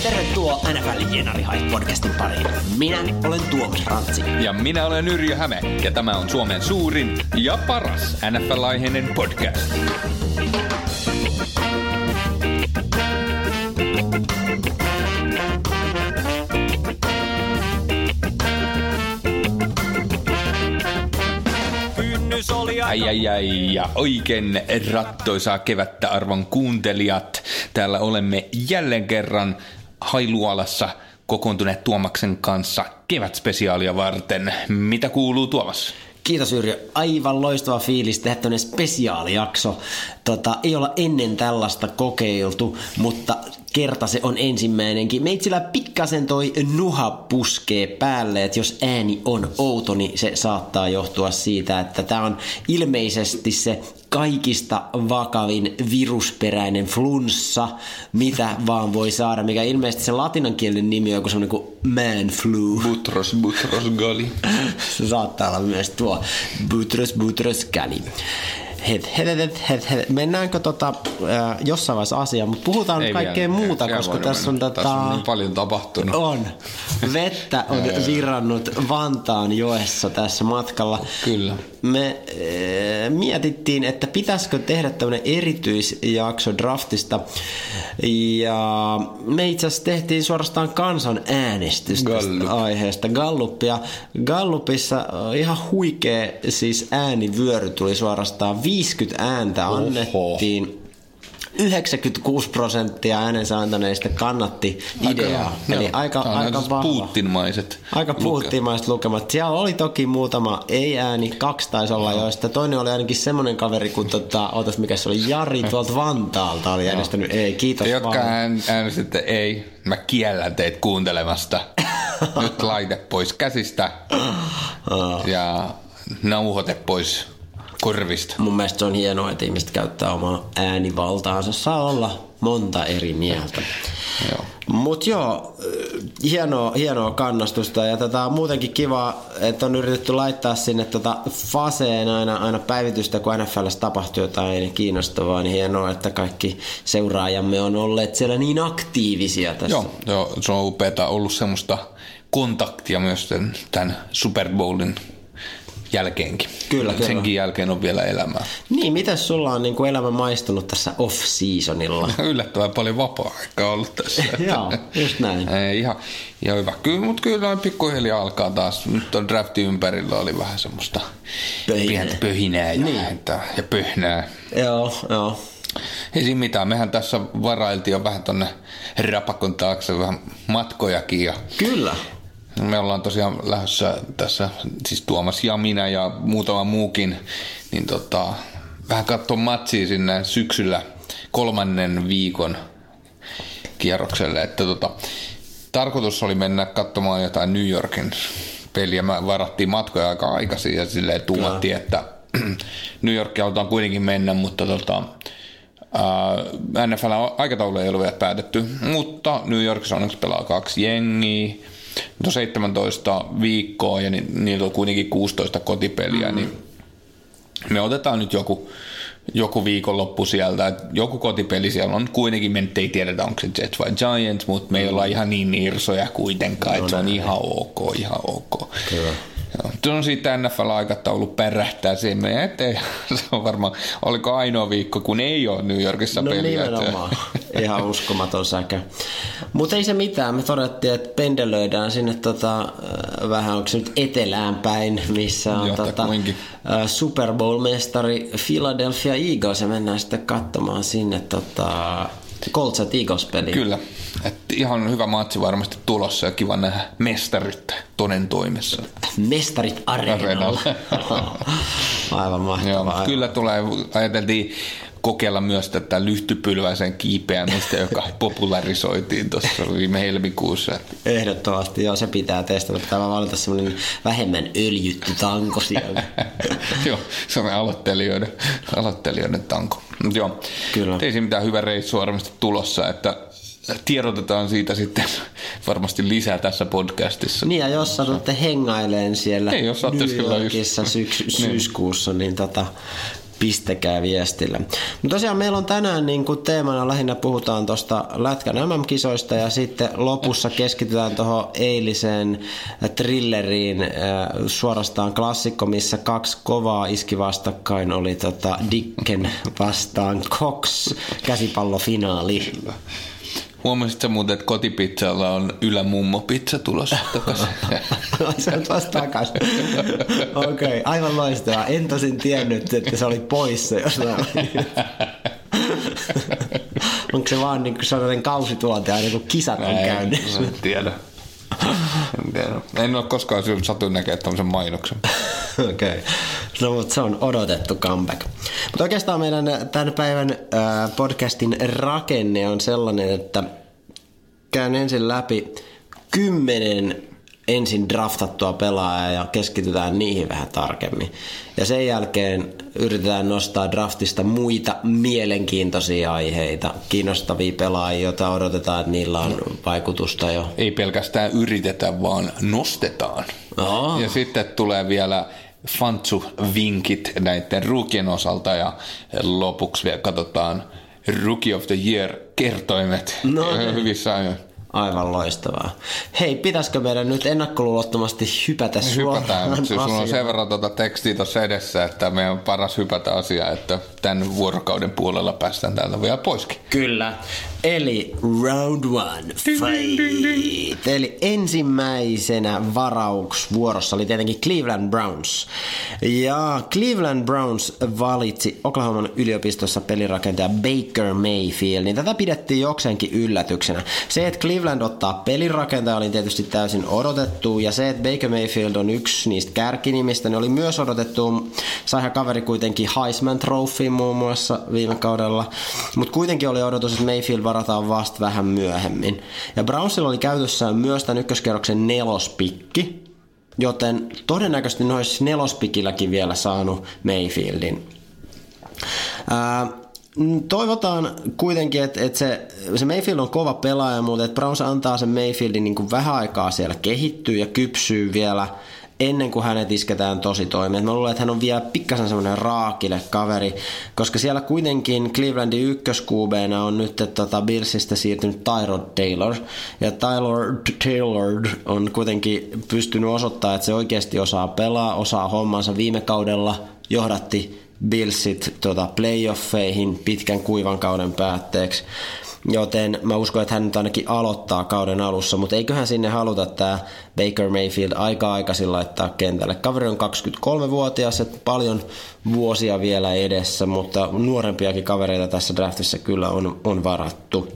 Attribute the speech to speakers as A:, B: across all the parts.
A: Tervetuloa NFL Jenari-podcastin pariin. Minä olen Tuomas Rantsi.
B: Ja minä olen Yrjö Häme. Ja tämä on Suomen suurin ja paras NFL-aiheinen podcast. Ai, ja oikein rattoisaa kevättä arvon kuuntelijat. Täällä olemme jälleen kerran Hailualassa kokoontuneet Tuomaksen kanssa kevätspesiaalia varten. Mitä kuuluu, Tuomas?
A: Kiitos Yrjö. Aivan loistava fiilis tehdä tämmöinen spesiaalijakso. Ei olla ennen tällaista kokeiltu, mutta kerta se on ensimmäinenkin. Meitsillä pikkasen toi nuha puskee päälle, että jos ääni on outo, niin se saattaa johtua siitä, että tää on ilmeisesti se kaikista vakavin virusperäinen flunssa, mitä vaan voi saada, mikä ilmeisesti se latinankielinen nimi on joku semmoinen kuin man flu.
B: Butros gali.
A: Se saattaa olla myös tuo Butros gali. Mennäänkö jossain vaiheessa asiaan, mutta puhutaan kaikkea muuta, koska tässä on
B: niin paljon tapahtunut.
A: On. Vettä on virrannut Vantaan joessa tässä matkalla.
B: Kyllä.
A: Me mietittiin, että pitäisikö tehdä tämmöinen erityisjakso draftista, ja me itse asiassa tehtiin suorastaan kansanäänestys tästä aiheesta, Gallupia. Gallupissa ihan huikea siis äänivyöry tuli suorastaan, 50 ääntä annettiin. 96% äänensä antaneista kannatti ideaa. Eli aika vahva.
B: Putinmaiset.
A: Aika putinmaiset lukemat. Siellä oli toki muutama ei-ääni, 2 taisi olla, joista toinen oli ainakin semmoinen kaveri, kun mikä se oli, Jari tuolta Vantaalta oli äänestänyt ei. Kiitos.
B: Te, jotka äänestitte ei, mä kiellän teitä kuuntelemasta. Nyt laite pois käsistä ja nauhoite pois korvista.
A: Mun mielestä se on hienoa, että ihmiset käyttää omaa äänivaltaansa. Saa olla monta eri mieltä. Mutta hienoa kannastusta. Ja muutenkin kiva, että on yritetty laittaa sinne faseen aina päivitystä, kun NFL:ssä tapahtuu jotain kiinnostavaa. Niin hienoa, että kaikki seuraajamme on olleet siellä niin aktiivisia tässä.
B: Joo, se on upeata ollut semmoista kontaktia myös tämän Super Bowlin jälkeenkin.
A: Kyllä.
B: Senkin jälkeen on vielä elämää.
A: Niin, mitäs sulla on niin kuin elämä maistunut tässä off-seasonilla?
B: Yllättävän paljon vapaa-aikaa ollut tässä.
A: Joo, just näin.
B: Ihan hyvä. Mutta kyllä noin pikkuhiljaa alkaa taas. Nyt on draftin ympärillä oli vähän semmoista pientä pöhinää ja pöhnää.
A: Joo.
B: Ei siinä mitään. Mehän tässä varailtiin jo vähän tonne rapakon taakse vähän matkojakin. Ja
A: kyllä.
B: Me ollaan tosiaan lähdössä tässä, siis Tuomas ja minä ja muutama muukin, niin vähän katsoa matsia sinne syksyllä 3. viikon kierrokselle. Että tarkoitus oli mennä katsomaan jotain New Yorkin peliä. Me varattiin matkoja aika aikaisin ja silleen tuumattiin, että New Yorkia halutaan kuitenkin mennä, mutta NFL-aikataulu ei ollut vielä päätetty. Mutta New Yorkissa onneksi pelaa 2 jengiä. Nyt on 17 viikkoa ja niillä on kuitenkin 16 kotipeliä, niin me otetaan nyt joku viikonloppu sieltä. Et joku kotipeli siellä on kuitenkin, me ei tiedetä onko se Jets vai Giants, mutta me ei olla ihan niin irsoja kuitenkaan, että se on ihan ok.
A: Kyllä.
B: Se on siitä NFL-aikataulu pärähtää siihen eteen. Se on varmaan, oliko ainoa viikko, kun ei ole New Yorkissa peliä.
A: Nimenomaan. Ihan uskomaton säkä. Mutta ei se mitään. Me todettiin, että pendelöidään sinne vähän, onko se nyt etelään päin, missä on Super Bowl-mestari Philadelphia Eagles, ja mennään sitten katsomaan sinne Colts at Eagles-peliä.
B: Kyllä. Ihan hyvä matsi varmasti tulossa ja kiva nähdä mestarit toden toimessa.
A: Mestarit areenalla. Aivan mahtavaa.
B: Kyllä ajateltiin kokeilla myös tätä lyhtypylväisen kiipeämistä, joka popularisoitiin tuossa viime helmikuussa.
A: Ehdottomasti, joo, se pitää testata. Pitää vaan valita semmoinen vähemmän öljytty tanko siellä.
B: Joo, se on aloittelijoiden tanko. Joo,
A: kyllä.
B: Ei siinä mitään, hyvä reissu varmasti tulossa, että tiedotetaan siitä sitten varmasti lisää tässä podcastissa.
A: Niin, ja jos satutte hengaileen siellä
B: New
A: Yorkissa syyskuussa, niin pistäkää viestillä. Mutta tosiaan meillä on tänään niin kuin teemana lähinnä puhutaan tuosta Lätkän MM-kisoista ja sitten lopussa keskitytään tuohon eiliseen thrilleriin, suorastaan klassikko, missä 2 kovaa iski vastakkain, oli Dicken vastaan Cox käsipallofinaali.
B: Huomasitko muuten, että kotipizzalla on ylämummopizza tulossa takaisin?
A: Se on tuossa takaisin. Okei, aivan loistavaa. En tosin tiennyt, että se oli poissa jostain. Onko se vaan niin sellainen kausituote aina kun kisat on käynnissä?
B: En tiedä. En ole koskaan satuin näkemään tämmöisen mainoksen.
A: Okei. No, mutta se on odotettu comeback. Mutta oikeastaan meidän tämän päivän podcastin rakenne on sellainen, että käyn ensin läpi 10 ensin draftattua pelaajaa ja keskitytään niihin vähän tarkemmin. Ja sen jälkeen yritetään nostaa draftista muita mielenkiintoisia aiheita, kiinnostavia pelaajia, joita odotetaan, että niillä on vaikutusta jo.
B: Ei pelkästään yritetä, vaan nostetaan.
A: Oh.
B: Ja sitten tulee vielä Fantsu-vinkit näiden rookien osalta ja lopuksi vielä katsotaan Rookie of the Year-kertoimet hyvissä ajoin.
A: Aivan loistavaa. Hei, pitäisikö meidän nyt ennakkoluulottomasti hypätä suoraan
B: Hypätään, mutta sulla on sen verran tekstiä tuossa edessä, että meidän on paras hypätä asiaa, että tämän vuorokauden puolella päästään täältä vielä poiskin.
A: Kyllä. Eli round 1, fight. Eli ensimmäisenä vuorossa oli tietenkin Cleveland Browns. Ja Cleveland Browns valitsi Oklahoman yliopistossa pelirakentaja Baker Mayfieldin. Tätä pidettiin jokseenkin yllätyksenä. Se, että Cleveland ottaa pelirakentaja, oli tietysti täysin odotettu. Ja se, että Baker Mayfield on yksi niistä kärkinimistä, niin oli myös odotettu. Saihan kaveri kuitenkin Heisman Trophyin muun muassa viime kaudella. Mutta kuitenkin oli odotus, että Mayfield varataan vasta vähän myöhemmin. Ja Brownsilla oli käytössään myös tämän ykköskerroksen 4. pikki, joten todennäköisesti ne olisi 4. pikilläkin vielä saanut Mayfieldin. Toivotaan kuitenkin, että se Mayfield on kova pelaaja, mutta että Browns antaa sen Mayfieldin niin kuin vähän aikaa siellä kehittyä ja kypsyy vielä ennen kuin hänet isketään tosi toimeen. Mä luulen, että hän on vielä pikkasen semmoinen raakile kaveri, koska siellä kuitenkin Clevelandin ykköskuubeena on nyt Billsistä siirtynyt Tyrod Taylor. Ja Taylor on kuitenkin pystynyt osoittamaan, että se oikeasti osaa pelaa, osaa hommansa. Viime kaudella johdatti Billsit playoffeihin pitkän kuivan kauden päätteeksi. Joten mä uskon, että hän nyt ainakin aloittaa kauden alussa, mutta eiköhän sinne haluta tämä Baker Mayfield aika aikaisin laittaa kentälle. Kaveri on 23-vuotias, että paljon vuosia vielä edessä, mutta nuorempiakin kavereita tässä draftissa kyllä on varattu.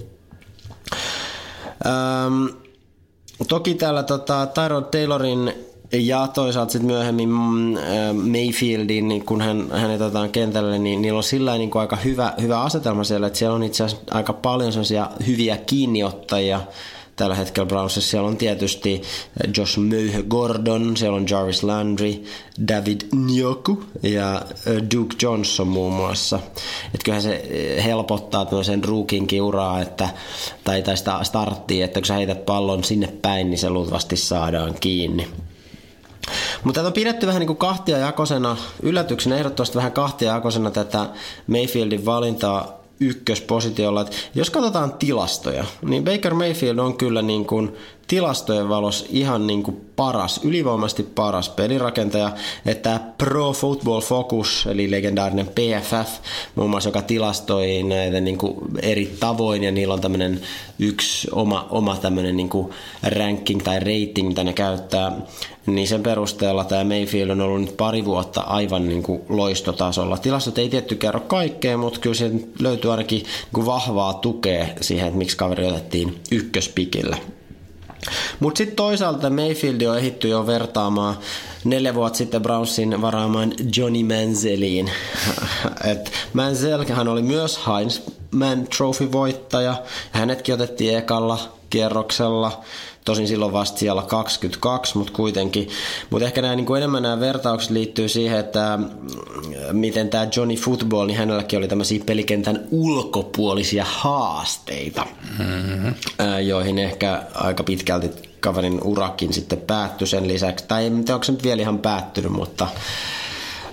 A: Toki täällä Tyrod Taylorin ja toisaalta sitten myöhemmin Mayfieldin, niin kun hänet otetaan kentälle, niin niillä on sillä niin aika hyvä asetelma siellä, että siellä on itse asiassa aika paljon sellaisia hyviä kiinniottajia tällä hetkellä Brownsissa. Siellä on tietysti Josh Gordon, siellä on Jarvis Landry, David Njoku ja Duke Johnson muun muassa. Että kyllähän se helpottaa tämmöisen rookinkin uraa, tai sitä starttia, että kun sä heität pallon sinne päin, niin se luultavasti saadaan kiinni. Mutta on pidetty vähän niin kuin kahtiajakosena, yllätyksenä ehdottomasti vähän kahtiajakosena tätä Mayfieldin valintaa ykköspositiolla. Et jos katsotaan tilastoja, niin Baker Mayfield on kyllä niin kuin tilastojen valossa ihan niin kuin paras, ylivoimaisesti paras pelirakentaja, että Pro Football Focus, eli legendaarinen PFF, muun muassa, joka tilastoi näitä niin kuin eri tavoin, ja niillä on tämmöinen yksi oma tämmöinen niin kuin ranking tai rating, mitä ne käyttää, niin sen perusteella tämä Mayfield on ollut nyt pari vuotta aivan niin kuin loistotasolla. Tilastot ei tietty kerro kaikkea, mutta kyllä se löytyy ainakin niin kuin vahvaa tukea siihen, että miksi kaveri otettiin ykköspikillä. Mutta sitten toisaalta Mayfield on ehditty jo vertaamaan 4 vuotta sitten Brownsin varaamaan Johnny Manzieliin. Manziel, hän oli myös Heisman Trophy-voittaja. Hänetkin otettiin ekalla kierroksella. Tosin silloin vasta siellä 22, mutta kuitenkin. Mutta ehkä enemmän nämä vertaukset liittyy siihen, että miten tämä Johnny Football, niin hänelläkin oli tämmöisiä pelikentän ulkopuolisia haasteita, joihin ehkä aika pitkälti kaverin urakin sitten päättyi sen lisäksi. Tai en tiedä, onko se nyt vielä ihan päättynyt, mutta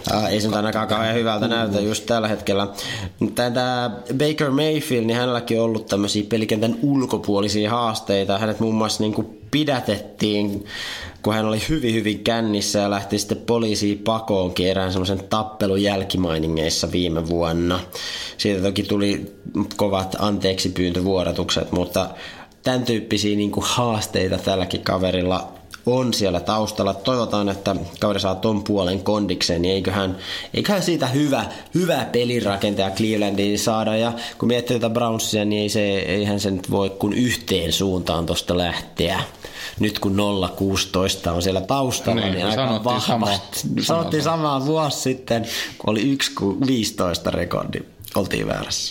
A: Ei se nyt ainakaan kauhean hyvältä näytä just tällä hetkellä. Tämä Baker Mayfield, niin hänelläkin on ollut tämmöisiä pelikentän ulkopuolisia haasteita. Hänet muun muassa niin kuin pidätettiin, kun hän oli hyvin kännissä ja lähti sitten poliisiin pakoonkin erään semmoisen tappelun jälkimainingeissa viime vuonna. Siitä toki tuli kovat anteeksipyyntövuodatukset, mutta tämän tyyppisiä niin kuin haasteita tälläkin kaverilla on siellä taustalla. Toivotaan, että kaveri saa ton puolen kondikseen, niin eiköhän siitä hyvä pelirakentaja Clevelandiin saada. Ja kun miettii tätä Brownsia, niin eihän se nyt voi kun yhteen suuntaan tosta lähteä. Nyt kun 0-16 on siellä taustalla, niin aika vahvasti. Sanottiin samaa vuosi sitten, kun oli 1-15 rekordi. Oltiin väärässä.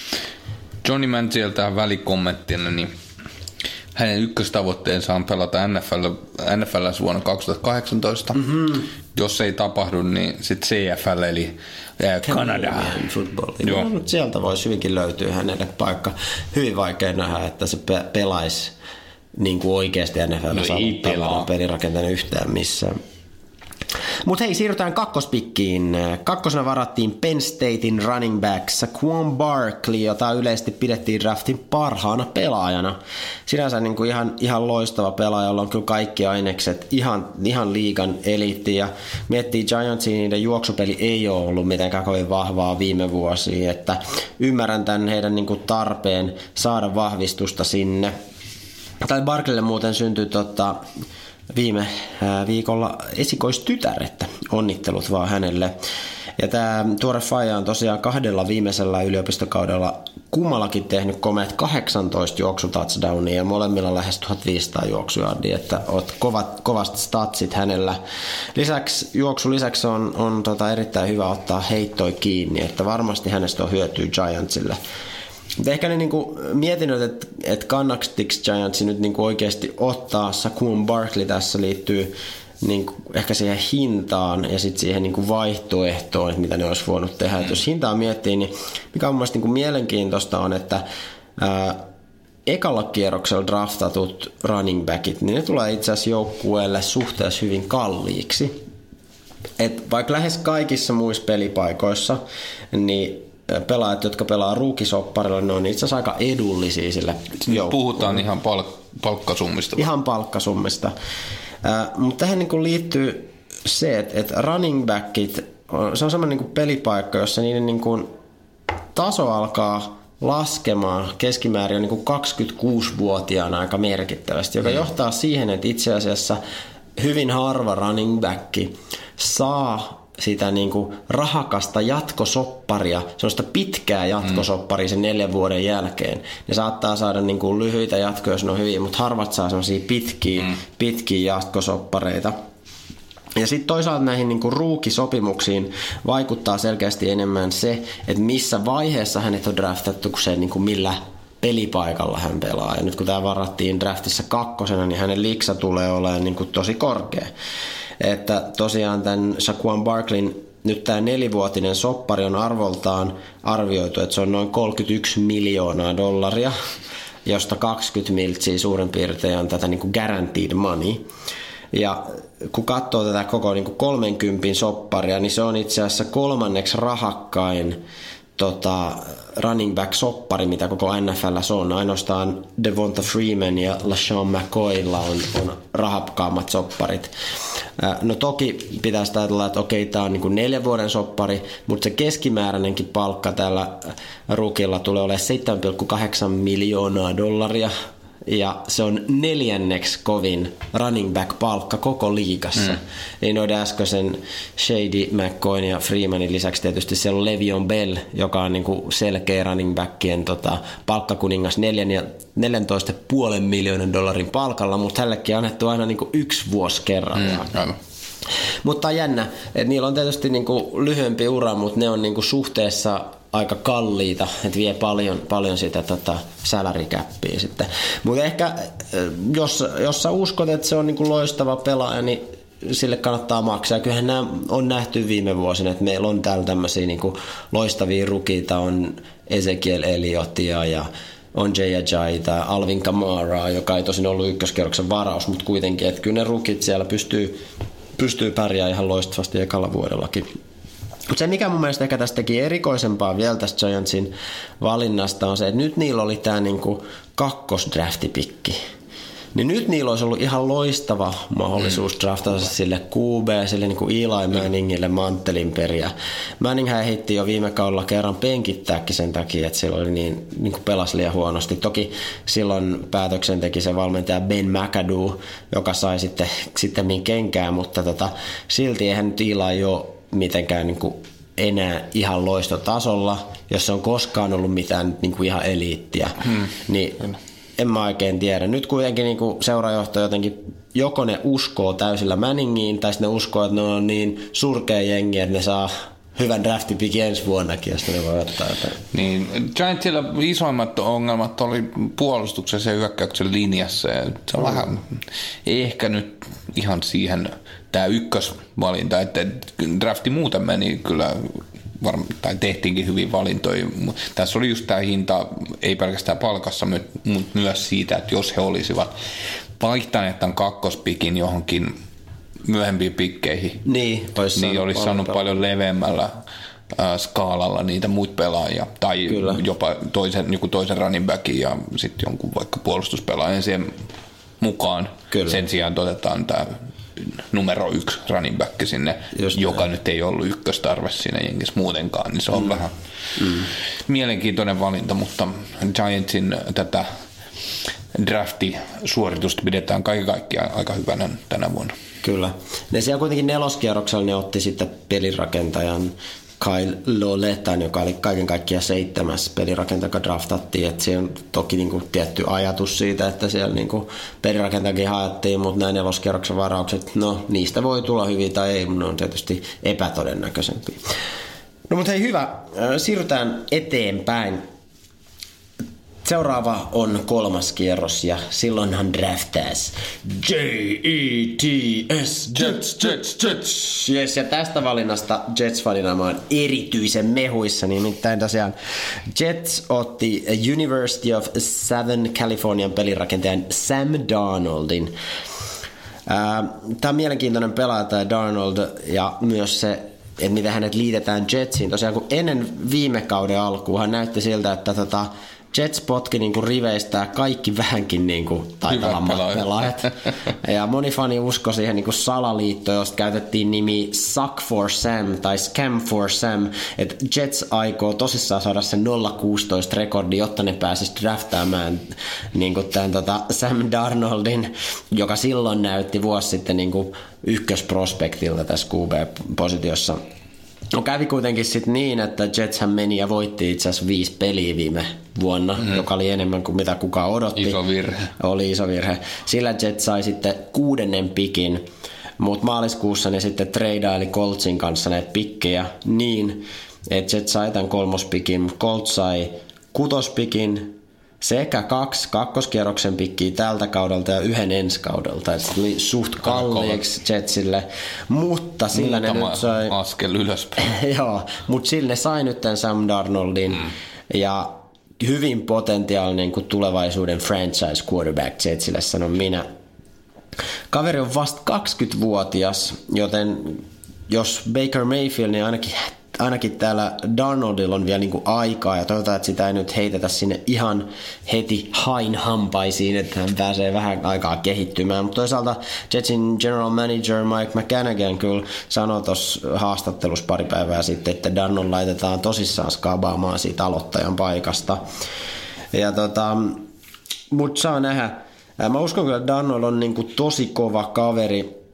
B: Johnny Manziel tähän välikommenttina, niin hänen ykköstavoitteensa on pelata NFL:ssä vuonna 2018. Mm-hmm. Jos ei tapahdu, niin sitten CFL eli Kanada.
A: Joo. No, sieltä voisi hyvinkin löytyä hänelle paikka. Hyvin vaikea nähdä, että se pelaisi niin kuin oikeasti NFL:ssä pelirakenteen yhtään missään. Mutta hei, siirrytään kakkospikkiin. Kakkosena varattiin Penn Statein running back Saquon Barkley, jota yleisesti pidettiin draftin parhaana pelaajana. Sinänsä niin kuin ihan loistava pelaaja, jolla on kyllä kaikki ainekset, ihan liigan eliitti. Ja miettii Giantsia, niiden juoksupeli ei ole ollut mitenkään kovin vahvaa viime vuosia. Että ymmärrän tämän heidän niin kuin tarpeen saada vahvistusta sinne. Tai Barkleylle muuten syntyi viime viikolla esikoistytär, että onnittelut vaan hänelle. Ja tämä tuore faija on tosiaan 2 viimeisellä yliopistokaudella kummallakin tehnyt komeat 18 juoksutouchdownia ja molemmilla lähes 1500 juoksujardia, että oot kovat statsit hänellä. Lisäksi on erittäin hyvä ottaa heittoi kiinni, että varmasti hänestä on hyötyä Giantsille. Ehkä ne niinku mietin, että kannattiko Giantsi nyt niinku oikeasti ottaa Saquon Barkley tässä liittyy niinku ehkä siihen hintaan ja sitten siihen niinku vaihtoehtoon, että mitä ne olisi voinut tehdä. Et jos hintaa miettii, niin mikä on mielestäni niinku mielenkiintoista on, että ekalla kierroksella draftatut running backit, niin ne tulee itse asiassa joukkueelle suhteessa hyvin kalliiksi. Et vaikka lähes kaikissa muissa pelipaikoissa, niin pelaajat, jotka pelaa ruukisopparilla, ne on itse asiassa aika edullisia sille joukkueelle. Puhutaan
B: ihan palkkasummista.
A: Ihan palkkasummista. Mutta tähän niin liittyy se, että running backit, se on semmoinen niin pelipaikka, jossa niiden niin taso alkaa laskemaan keskimäärin on niin 26-vuotiaana aika merkittävästi, joka johtaa siihen, että itse asiassa hyvin harva running back saa sitä niinku rahakasta jatkosopparia, sellaista pitkää jatkosopparia sen 4 vuoden jälkeen. Ne saattaa saada niinku lyhyitä jatkoja, jos ne on hyviä, mutta harvat saa sellaisia pitkiä jatkosoppareita. Ja sitten toisaalta näihin niinku ruukisopimuksiin vaikuttaa selkeästi enemmän se, että missä vaiheessa hänet on draftattu, kun se niinku millä pelipaikalla hän pelaa. Ja nyt kun tämä varattiin draftissa 2, niin hänen liksa tulee olemaan niinku tosi korkea. Että tosiaan tämän Saquon Barkleyn nyt tämä 4-vuotinen soppari on arvoltaan arvioitu, että se on noin $31 miljoonaa, josta 20 miltsiä suurin piirtein on tätä niin kuin guaranteed money. Ja kun katsoo tätä koko niin kuin 30 sopparia, niin se on itse asiassa 3. rahakkain running back soppari, mitä koko NFL:ssä on. Ainoastaan Devonta Freeman ja LaShawn McCoylla on rahakkaammat sopparit. No toki pitäisi ajatella, että okei, tämä on niin kuin 4 vuoden soppari, mutta se keskimääräinenkin palkka tällä rookilla tulee olemaan $7.8 miljoonaa. Ja se on 4. kovin running back palkka koko liigassa. Niin noiden äskeisen Shady, McCoyn ja Freemanin lisäksi tietysti siellä on Le'Veon Bell, joka on niinku selkeä running backien palkkakuningas $14.5 miljoonan palkalla, mutta hänellekin on annettu aina niinku 1 vuosi kerrallaan. Mutta on jännä, että niillä on tietysti niinku lyhyempi ura, mutta ne on niinku suhteessa aika kalliita, että vie paljon sitä salary capia sitten. Mutta ehkä jos sä uskot, että se on niinku loistava pelaaja, niin sille kannattaa maksaa. Kyllähän nämä on nähty viime vuosina, että meillä on täällä tämmöisiä niinku loistavia rukiita, on Ezekiel Elliotia ja on Jay Ajayi tai Alvin Kamaraa, joka ei tosin ollut ykköskerroksen varaus, mutta kuitenkin, että kyllä ne rukit siellä pystyy pärjäämään ihan loistavasti ekalla vuodellakin. Mutta se, mikä mun mielestä ehkä tästä teki erikoisempaa vielä tästä Giantsin valinnasta, on se, että nyt niillä oli tämä niinku kakkosdraftipikki. Niin nyt niillä olisi ollut ihan loistava mahdollisuus draftata sille QB, sille niinku Eli Manningille manttelin periä. Manninghän heitti jo viime kaudella kerran penkittääkin sen takia, että sillä oli niin pelasi liian huonosti. Toki silloin päätöksen teki se valmentaja Ben McAdoo, joka sai sitten kenkään, mutta silti eihän nyt Eli ole mitenkään niinku enää ihan loistotasolla, jos se on koskaan ollut mitään niinku ihan eliittiä. Niin en mä oikein tiedä. Nyt kuitenkin niinku seurajohto jotenkin joko ne uskoo täysillä Manningiin, tai sitten ne uskoo, että ne on niin surkea jengi, että ne saa hyvän draftipikin ensi vuonnakin, ja sitten ne voi ottaa jotain.
B: Niin, Giantsilla isoimmat ongelmat oli puolustuksessa ja hyökkäyksen linjassa, ja se on vähän ehkä nyt ihan siihen tämä ykkösvalinta, että drafti muuten meni kyllä tai tehtiinkin hyvin valintoja. Tässä oli just tämä hinta, ei pelkästään palkassa, mutta myös siitä, että jos he olisivat vaihtaneet tämän kakkospikin johonkin myöhempiin pikkeihin, niin olisi saanut paljon leveämmällä skaalalla niitä muut pelaajia, tai kyllä, jopa toisen running backin ja sitten jonkun vaikka puolustuspelaajan siihen mukaan. Kyllä. Sen sijaan otetaan tämä numero 1 running back sinne, just joka nyt ei ollut ykköstarve siinä jengissä muutenkaan, niin se on vähän mielenkiintoinen valinta, mutta Giantsin tätä drafti-suoritusta pidetään kaiken kaikkiaan aika hyvänä tänä vuonna.
A: Kyllä. Ne siellä kuitenkin neloskierroksella ne otti sitten pelirakentajan Kyle Loletan, joka oli kaiken kaikkiaan 7. pelirakentaja, joka draftattiin. Että siellä on toki niinku tietty ajatus siitä, että siellä niinku pelirakentajakin haettiin, mutta nämä neloskierroksen varaukset, no niistä voi tulla hyviä tai ei, ne on tietysti epätodennäköisempiä. No mutta hei, hyvä. Siirrytään eteenpäin. Seuraava on 3. kierros ja silloinhan draftaisi Jets. Yes, ja tästä valinnasta Jets-fanina mä oon erityisen mehuissa, nimittäin tosiaan Jets otti University of Southern Californian pelirakentajan Sam Darnoldin. Tämä on mielenkiintoinen pelaaja tämä Darnold ja myös se, että miten hänet liitetään Jetsiin. Tosiaan kun ennen viime kauden alkuun hän näytti siltä, että Jets potki niinku riveistä kaikki vähänkin niinku taitavammat pelaajat. Ja moni fani uskoi siihen niinku salaliittoon, josta käytettiin nimi Suck for Sam tai Scam for Sam. Että Jets aikoo tosissaan saada sen 0-16 rekordi, jotta ne pääsisi draftaamaan niinku tämän Sam Darnoldin, joka silloin näytti vuosi sitten niinku ykkösprospektilta tässä QB-positiossa. No kävi kuitenkin sitten niin, että Jetshän meni ja voitti itse asiassa 5 peliä viime vuonna, joka oli enemmän kuin mitä kukaan odotti.
B: Iso virhe.
A: Oli iso virhe. Sillä Jets sai sitten 6. pikin, mutta maaliskuussa ne sitten treidaili Coltsin kanssa näitä pikkejä niin, että Jets sai tämän 3. pikin, mutta Colts sai 6. pikin sekä 2 kakkoskierroksen pikkiä tältä kaudelta ja 1 ensi kaudelta. Se tuli suht kalliiksi Jetsille, mutta sillä ne nyt sai
B: askel ylöspäin.
A: Joo, mutta sillä ne sai nyt tämän Sam Darnoldin ja hyvin potentiaalinen kuin tulevaisuuden franchise quarterback Jetsille, sanon minä. Kaveri on vasta 20-vuotias, joten jos Baker Mayfield, niin ainakin täällä Darnoldilla on vielä niinku aikaa ja toivotaan, että sitä ei nyt heitetä sinne ihan heti hain hampaisiin, että hän pääsee vähän aikaa kehittymään. Mutta toisaalta Jetsin general manager Mike McCannagan kyllä sanoi tuossa haastattelussa pari päivää sitten, että Darnold laitetaan tosissaan skabaamaan siitä aloittajan paikasta. Ja mutta saa nähdä. Mä uskon kyllä, että Darnold on niinku tosi kova kaveri,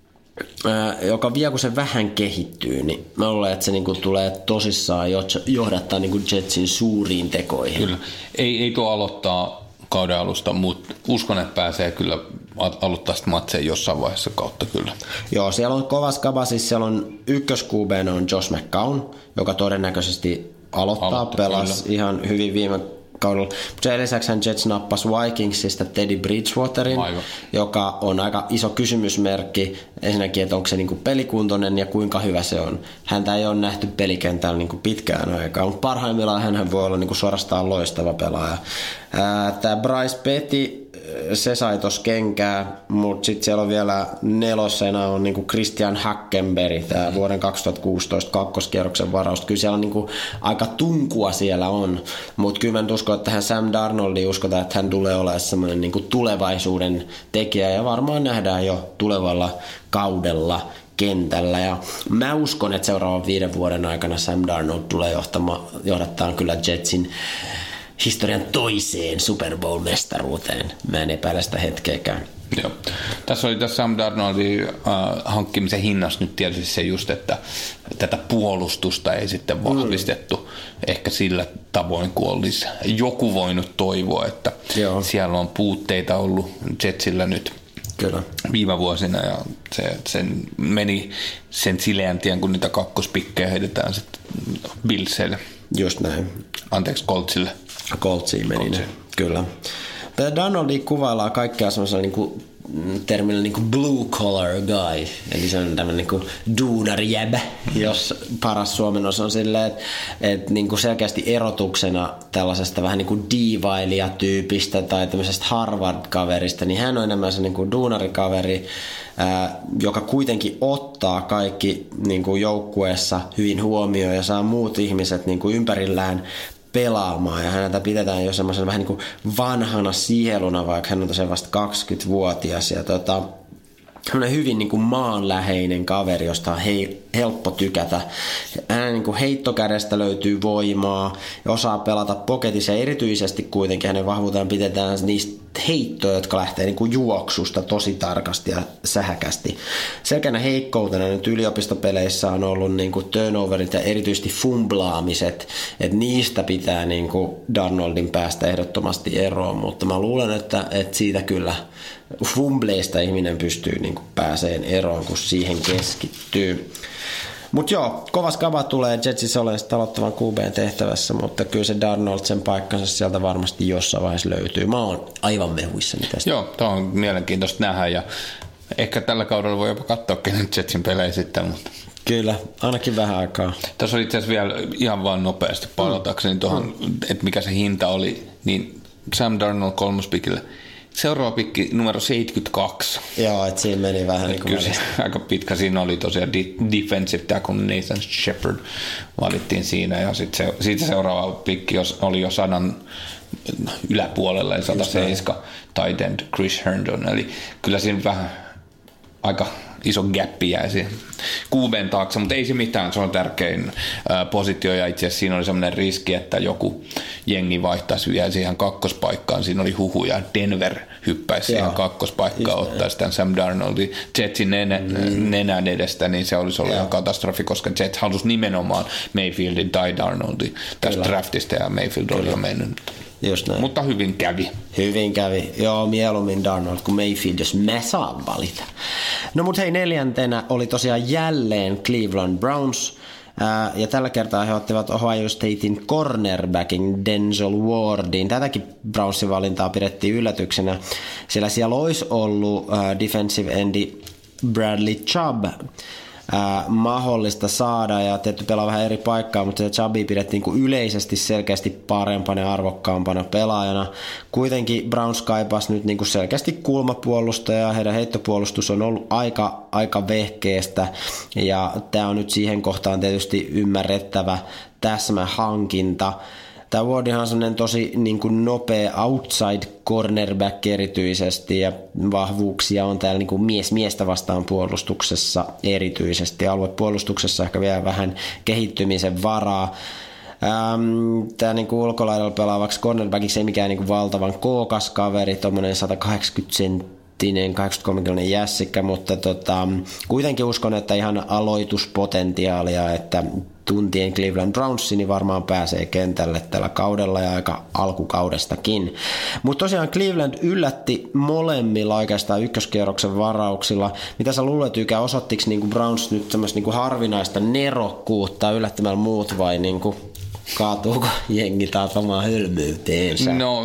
A: joka vielä kun se vähän kehittyy, niin mä luulen, että se niinku tulee tosissaan johdattaa niinku Jetsin suuriin tekoihin.
B: Kyllä. Ei tuo aloittaa kauden alusta, mutta uskon, että pääsee kyllä aloittaa sitä matseja jossain vaiheessa kautta kyllä. Joo,
A: siellä on kova skaba, siis siellä on ykköskuubeena on Josh McCown, joka todennäköisesti pelasi kyllä ihan hyvin viime kaudella. Mutta sen lisäksi Jets nappasi Vikingsista Teddy Bridgewaterin, joka on aika iso kysymysmerkki. Ensinnäkin, että onko se niinku pelikuntoinen ja kuinka hyvä se on. Häntä ei ole nähty pelikentällä niinku pitkään aikaa, mutta parhaimmillaan hän voi olla niinku suorastaan loistava pelaaja. Tämä Bryce Petty se sai tossa kenkää, mutta sitten siellä on vielä 4. on niinku Christian Hackenberg, tämä vuoden 2016 kakkoskierroksen varaus. Kyllä siellä on niinku aika tunkua siellä on, mutta kyllä mä nyt uskon, että tähän Sam Darnoldiin uskotaan, että hän tulee olemaan semmoinen niinku tulevaisuuden tekijä ja varmaan nähdään jo tulevalla kaudella kentällä. Ja mä uskon, että seuraavan 5 vuoden aikana Sam Darnold tulee johdattaa kyllä Jetsin historian toiseen Super Bowl-mestaruuteen. Mä en epäile sitä hetkeäkään.
B: Joo. Tässä oli tässä Sam Darnoldin hankkimisen hinnassa nyt tietysti se just, että tätä puolustusta ei sitten vahvistettu ehkä sillä tavoin, kuin olisi joku voinut toivoa, että siellä on puutteita ollut Jetsillä nyt.
A: Kyllä.
B: Viime vuosina ja se meni sen sileän tien, kun niitä kakkospikkejä heitetään sitten Billsille.
A: Just näin.
B: Anteeksi, Coltsille.
A: Coltsiin meni ne, kyllä. Darnoldia kuvaillaan kaikkea semmoisella niinku termillä niinku blue collar guy, eli se on tämmöinen niinku duunarijäbä, jos paras suomennos on silleen, että niinku selkeästi erotuksena tällaisesta vähän niinku diivailijatyypistä tai tämmöisestä Harvard-kaverista, niin hän on enemmän se niinku duunarikaveri, joka kuitenkin ottaa kaikki niinku joukkueessa hyvin huomioon ja saa muut ihmiset niinku ympärillään pelaamaan, ja häntä pidetään jo semmoisen vähän niin kuin vanhana sieluna, vaikka hän on tosiaan vasta 20-vuotias, ja semmoinen hyvin niin kuin maanläheinen kaveri, josta on helppo tykätä. Hänen niin kuin heittokädestä löytyy voimaa ja osaa pelata poketissa, ja erityisesti kuitenkin hänen vahvuuteen pidetään niistä heittoja, jotka lähtee niin kuin juoksusta tosi tarkasti ja sähäkästi. Selkeänä heikkoutena nyt yliopistopeleissä on ollut niin kuin turnoverit ja erityisesti fumblaamiset, että niistä pitää niin kuin Darnoldin päästä ehdottomasti eroon, mutta mä luulen, että siitä kyllä fumbleista ihminen pystyy niin kuin pääseen eroon, kun siihen keskittyy. Mutta joo, kovas kava tulee Jetsissä olemaan aloittavan QB:n tehtävässä, mutta kyllä se Darnold sen paikkansa sieltä varmasti jossain vaiheessa löytyy. Mä oon aivan mehuissani tästä.
B: Joo, tämä on mielenkiintoista nähdä ja ehkä tällä kaudella voi jopa katsoa kenen Jetsin pelejä sitten, mutta
A: kyllä, ainakin vähän aikaa.
B: Tässä oli itse asiassa vielä ihan vaan nopeasti palatakseni tuohon, että mikä se hinta oli, niin Sam Darnold 3. pikille. Seuraava pikki numero 72.
A: Joo, että siinä meni vähän niin kuin
B: aika pitkä. Siinä oli tosiaan defensive tackle Nathan Shepard valittiin siinä ja sitten siitä seuraava pikki oli jo 100 yläpuolella eli 107 tight end Chris Herndon. Eli kyllä siinä vähän aika iso gappi jäisi QB:n taakse, mutta ei se mitään, se on tärkein positio ja itse asiassa siinä oli sellainen riski, että joku jengi vaihtaisi vielä siihen kakkospaikkaan, siinä oli huhuja, Denver hyppäisi siihen kakkospaikkaan, ottaisi tämän Sam Darnoldin Jetsin nenän edestä, niin se olisi ollut ihan katastrofi, koska Jets halusi nimenomaan Mayfieldin tai Darnoldin tästä draftista ja Mayfield oli jo mennyt. Mutta hyvin kävi.
A: Hyvin kävi. Joo, mieluummin Darnold kuin Mayfield, jos mä saan valita. No mut hei, 4. oli tosiaan jälleen Cleveland Browns. Ja tällä kertaa he ottivat Ohio Statein cornerbackin Denzel Wardin. Tätäkin Brownsin valintaa pidettiin yllätyksenä, sillä siellä olisi ollut defensive endi Bradley Chubb mahdollista saada ja tietty pelaa vähän eri paikkaa, mutta Chubbia pidettiin niin yleisesti selkeästi parempana ja arvokkaampana pelaajana. Kuitenkin Browns kaipasi nyt niin selkeästi kulmapuolustaja ja heidän heittopuolustus on ollut aika vehkeestä ja tämä on nyt siihen kohtaan tietysti ymmärrettävä täsmähankinta. Tämä Wardihan on sellainen tosi niin kuin nopea outside cornerback erityisesti ja vahvuuksia on täällä niin kuin miestä vastaan puolustuksessa erityisesti. Aluepuolustuksessa ehkä vielä vähän kehittymisen varaa. Tämä niin kuin ulkolaidalla pelaavaksi cornerbackiksi ei mikään niin kuin valtavan kookas kaveri, tuommoinen 180 senttinen, 83 jässikkä, mutta kuitenkin uskon, että ihan aloituspotentiaalia, että tuntien Cleveland Brownsin niin varmaan pääsee kentälle tällä kaudella ja aika alkukaudestakin. Mutta tosiaan Cleveland yllätti molemmilla oikeastaan ykköskierroksen varauksilla. Mitä sä luulet, Ykä, osoittiko niinku Browns nyt semmoista niinku harvinaista nerokkuutta yllättämällä muut vai niinku kaatuuko jengi taas omaan hölmöyteensä?
B: No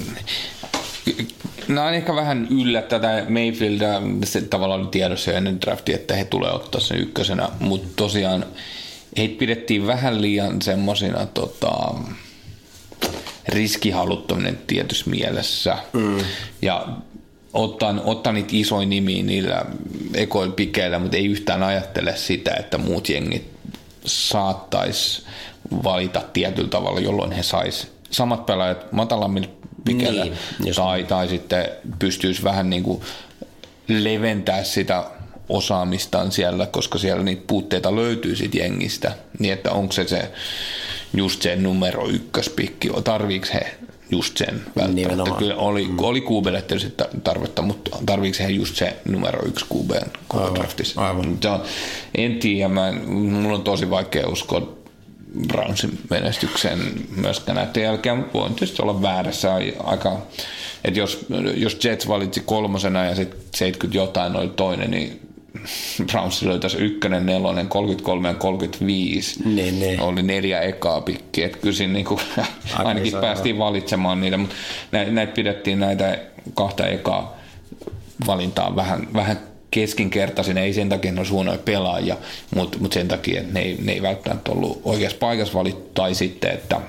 B: on ehkä vähän yllättävää. Mayfield se tavallaan oli tiedossa jo ennen draftia, että he tulee ottaa sen ykkösenä, mutta tosiaan heitä pidettiin vähän liian semmosina riskihaluttominen tietyssä mielessä. Ja ottaa niitä isoja nimiä niillä ekoilla pikeillä, mutta ei yhtään ajattele sitä, että muut jengit saattais valita tietyllä tavalla, jolloin he sais samat pelaajat matalammilla pikeillä tai sitten pystyisi vähän niin kuin leventää sitä osaamistaan siellä, koska siellä niitä puutteita löytyy sit jengistä, niin että onko se just se numero 1 pikki, tarviiko he just sen välttämättä. Kyllä oli QB:lle tietysti tarvetta, mutta tarviiko he just se numero 1 QB:n koko draftissa? En tiedä, mulla on tosi vaikea uskoa Brownsin menestykseen myöskään näiden jälkeen, mutta voin tietysti olla väärässä aika, että jos Jets valitsi 3. ja sitten 70 jotain oli toinen, niin Browns löytäisi 1, 4, 33 ja 35.
A: Niin.
B: Oli 4 ekaa pikkiä. Että kyllä siinä niinku, ainakin päästiin valitsemaan niitä, mutta näitä pidettiin näitä 2 ekaa valintaa vähän keskinkertaisin, ei sen takia, että ne olisi huonoja pelaajia, mutta sen takia, että ne ei välttämättä ollut oikeassa paikassa valittu, tai sitten, että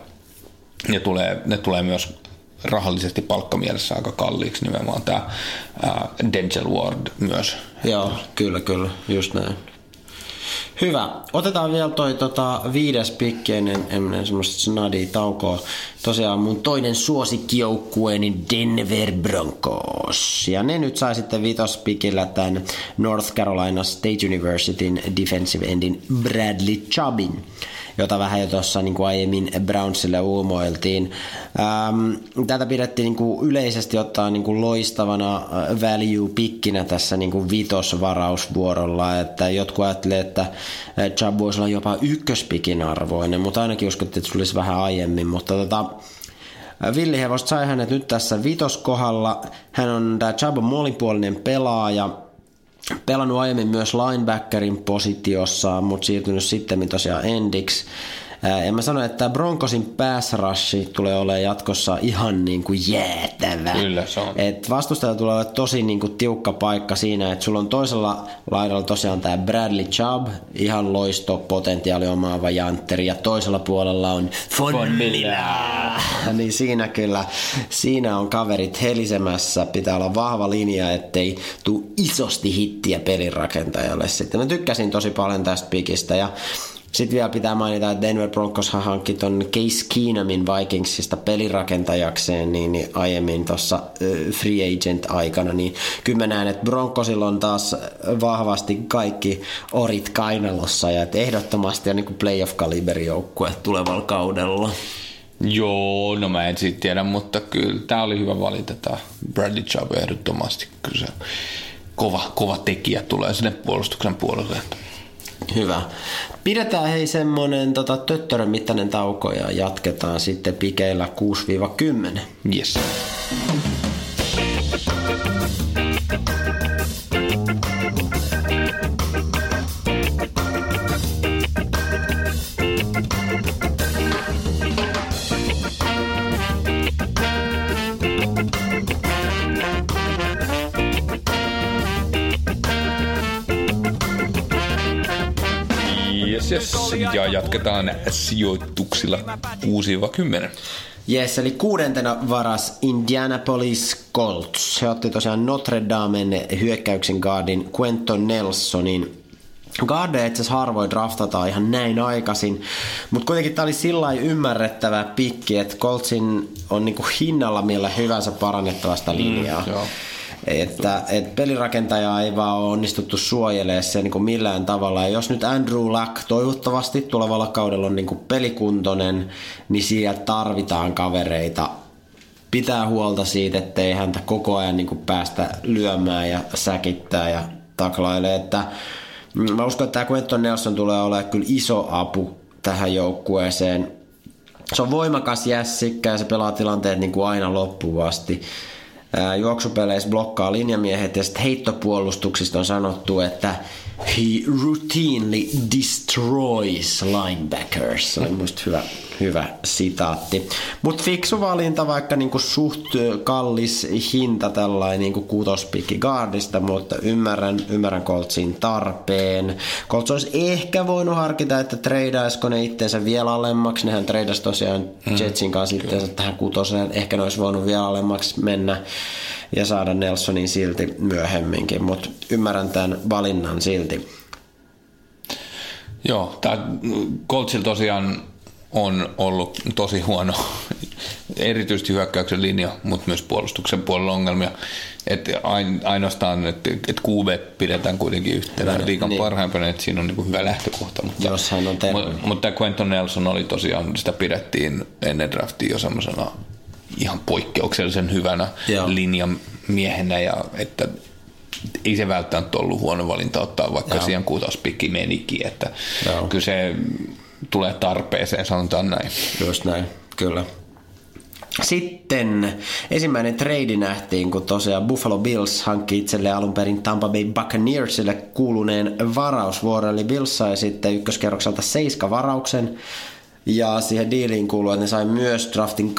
B: ne tulee myös rahallisesti palkkamielessä aika kalliiksi, nimenomaan tämä Denzel Ward myös.
A: Joo, kyllä, just näin. Hyvä. Otetaan vielä toi 5. pikki ennen semmoista snadia taukoa. Tosiaan mun toinen suosikkijoukkueeni Denver Broncos. Ja ne nyt sai sitten 5. pikillä tämän North Carolina State Universityn defensive endin Bradley Chubbin, jota vähän jo tuossa niin kuin aiemmin Brownsille uumoiltiin. Tätä pidettiin niin kuin yleisesti ottaen niin kuin loistavana value-pikkinä tässä niin kuin 5. varausvuorolla, että jotkut ajattelee, että Chubb voisi olla jopa 1. pikin arvoinen, mutta ainakin uskottiin, että se olisi vähän aiemmin, mutta villihevosta sai hänet nyt tässä 5. kohdalla. Hän on tämä Chubb on monipuolinen pelaaja, pelannut aiemmin myös linebackerin positiossa, mutta siirtynyt sitten tosiaan endiksi. Ja mä sanoin, että Broncosin pass rush tulee olemaan jatkossa ihan niin kuin jäätävä.
B: Kyllä se on.
A: Et vastustajalla tulee olemaan tosi niin kuin tiukka paikka siinä, että sulla on toisella laidalla tosiaan tämä Bradley Chubb, ihan loistopotentiaali omaava jantteri, ja toisella puolella on Von Miller. Niin siinä on kaverit helisemässä, pitää olla vahva linja, ettei tule isosti hittiä pelinrakentajalle. Sitten mä tykkäsin tosi paljon tästä pikistä, ja sitten vielä pitää mainita, että Denver Broncos hankki ton Case Keenumin Vikingsista pelirakentajakseen niin aiemmin tuossa free agent aikana, niin kyllä mä näen, että Broncosilla on taas vahvasti kaikki orit kainalossa, ja että ehdottomasti on niin kuin playoff-kaliberi joukkue tulevalla kaudella.
B: Joo, no mä en siitä tiedä, mutta kyllä tää oli hyvä valita, tää Bradley Chubb ehdottomasti. Kyllä se kova tekijä tulee sinne puolustuksen puolelle.
A: Hyvä. Pidetään semmonen töttörön mittainen tauko ja jatketaan sitten pikeillä 6-10.
B: Yes. Ja jatketaan sijoituksilla 6-10.
A: Jes, eli 6. varas Indianapolis Colts. He otti tosiaan Notre Damen hyökkäyksen guardin Quenton Nelsonin. Guardia itse asiassa harvoin draftataan ihan näin aikaisin, mutta kuitenkin tämä oli sillä ymmärrettävä pikki, että Coltsin on niinku hinnalla millä hyvänsä parannettavasta linjaa. Että pelirakentaja ei vaan ole onnistuttu suojelemaan se niin millään tavalla. Ja jos nyt Andrew Luck toivottavasti tulevalla kaudella on niin pelikuntoinen, niin siellä tarvitaan kavereita. Pitää huolta siitä, ettei häntä koko ajan niin päästä lyömään ja säkittää ja taklailee. Että mä uskon, että tämä Quenton Nelson tulee olemaan kyllä iso apu tähän joukkueeseen. Se on voimakas jässikkä ja se pelaa tilanteet niin kuin aina loppuvasti. Juoksupeleissä blokkaa linjamiehet, ja sitten heittopuolustuksista on sanottu, että he routinely destroys linebackers. Se on musta hyvä sitaatti. Mutta fiksu valinta, vaikka niinku suht kallis hinta tällainen niinku kutospikki guardista, mutta ymmärrän Coltsin tarpeen. Colts olisi ehkä voinut harkita, että treidaisiko ne itteensä vielä alemmaksi. Nehän treidasi tosiaan Jetsin kanssa itteensä tähän kutoseen. Ehkä ne olisi voinut vielä alemmaksi mennä ja saada Nelsonin silti myöhemminkin, mutta ymmärrän tämän valinnan silti.
B: Joo, tämä Coltsilla tosiaan on ollut tosi huono, erityisesti hyökkäyksen linja, mutta myös puolustuksen puolella ongelmia. Että ainoastaan, että QB pidetään kuitenkin yhtenä liigan parhaimpana, että siinä on niin kuin hyvä lähtökohta. Mutta,
A: jos hän on
B: mutta Quentin Nelson oli tosiaan, sitä pidettiin ennen draftia jo semmoisena ihan poikkeuksellisen hyvänä linjamiehenä, ja että ei se välttämättä ollut huono valinta ottaa, vaikka siihen kutospikki menikin, että kyllä se tulee tarpeeseen, sanotaan näin.
A: Just näin, kyllä. Sitten ensimmäinen trade nähtiin, kun tosiaan Buffalo Bills hankki itselleen alun perin Tampa Bay Buccaneersille kuuluneen varausvuoron, eli Bills sai sitten ykköskerrokselta 7 varauksen, ja siihen diiliin kuuluu, että ne sai myös draftin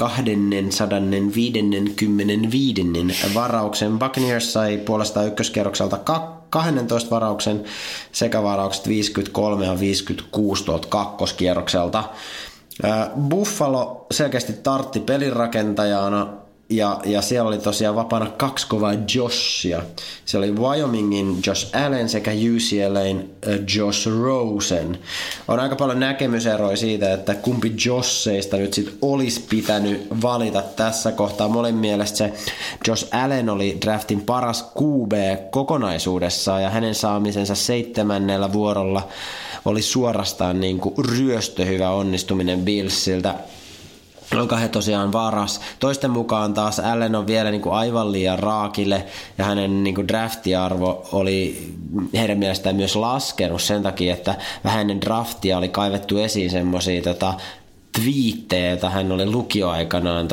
A: 255. varauksen. Buccaneers sai puolestaan ykköskerrokselta 12 varauksen sekä varaukset 53 ja 56 tuolta kakkoskierrokselta. Buffalo selkeästi tartti pelirakentajana ja siellä oli tosiaan vapaana 2 kovaa Joshia. Siellä oli Wyomingin Josh Allen sekä UCLAn Josh Rosen. On aika paljon näkemyseroja siitä, että kumpi Josheista nyt sit olisi pitänyt valita tässä kohtaa. Molen mielestä se Josh Allen oli draftin paras QB kokonaisuudessaan ja hänen saamisensa 7. vuorolla oli suorastaan niin kuin ryöstöhyvä onnistuminen Billsiltä, jonka he tosiaan varas. Toisten mukaan taas Allen on vielä niin kuin aivan liian raakille ja hänen niin kuin draftiarvo oli heidän mielestään myös laskenut sen takia, että vähän ennen draftia oli kaivettu esiin semmoisia twiittejä, joita hän oli lukioaikanaan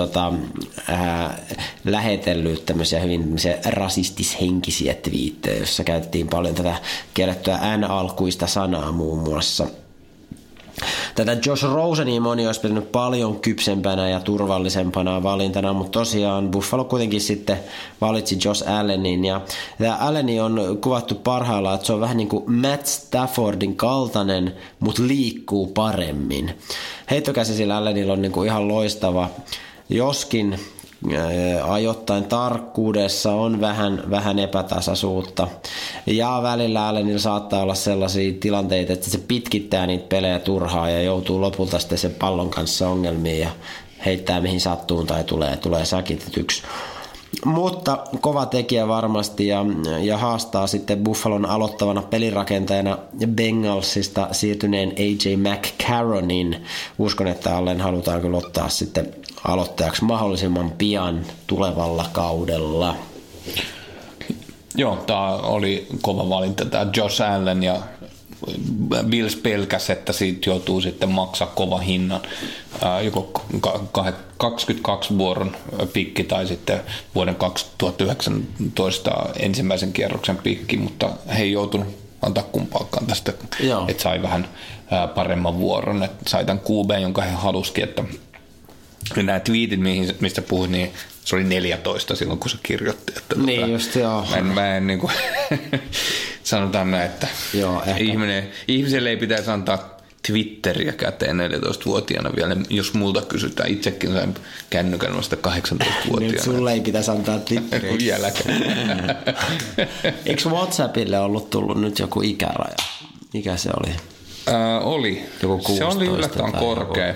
A: lähetellyt, tämmöisiä hyvin rasistishenkisiä twiittejä, joissa käytettiin paljon tätä kiellettyä N-alkuista sanaa muun muassa. Tätä Josh Rosenia moni olisi pitänyt paljon kypsempänä ja turvallisempana valintana, mutta tosiaan Buffalo kuitenkin sitten valitsi Josh Allenin. Ja tämä Alleni on kuvattu parhaillaan, että se on vähän niin kuin Matt Staffordin kaltainen, mutta liikkuu paremmin. Heittokäsisillä Allenilla on niin kuin ihan loistava, joskin ajoittain tarkkuudessa on vähän epätasaisuutta. Ja välillä Allenilla saattaa olla sellaisia tilanteita, että se pitkittää niitä pelejä turhaan ja joutuu lopulta sitten sen pallon kanssa ongelmiin ja heittää mihin sattuun tai tulee säkitetyksi. Mutta kova tekijä varmasti ja haastaa sitten Buffalon aloittavana pelirakentajana Bengalsista siirtyneen AJ McCarronin. Uskon, että Allen halutaan kyllä ottaa sitten aloittajaksi mahdollisimman pian tulevalla kaudella.
B: Joo, tämä oli kova valinta, tämä Josh Allen, ja Bills pelkäsi, että siitä joutuu sitten maksaa kova hinnan, joko 22 vuoron pikki tai sitten vuoden 2019 ensimmäisen kierroksen pikki, mutta he ei joutunut antaa kumpaakaan tästä, että sai vähän paremman vuoron, että sai tämän QB, jonka he halusikin, että nämä tweetit, mistä puhuin, niin se oli 14 silloin, kun se kirjoitti. Että
A: niin just joo.
B: Mä en niin kuin sanotaan näin, että ihmiselle ei pitäisi antaa Twitteriä käteen 14-vuotiaana vielä, jos multa kysytään. Itsekin sain kännykän vasta 18-vuotiaana.
A: Nyt sulle ei pitäisi antaa Twitteriä.
B: Vieläkään.
A: Eikö WhatsAppille ollut tullut nyt joku ikäraja? Mikä se oli?
B: Oli.
A: Joku 16
B: se oli yllättävän korkea.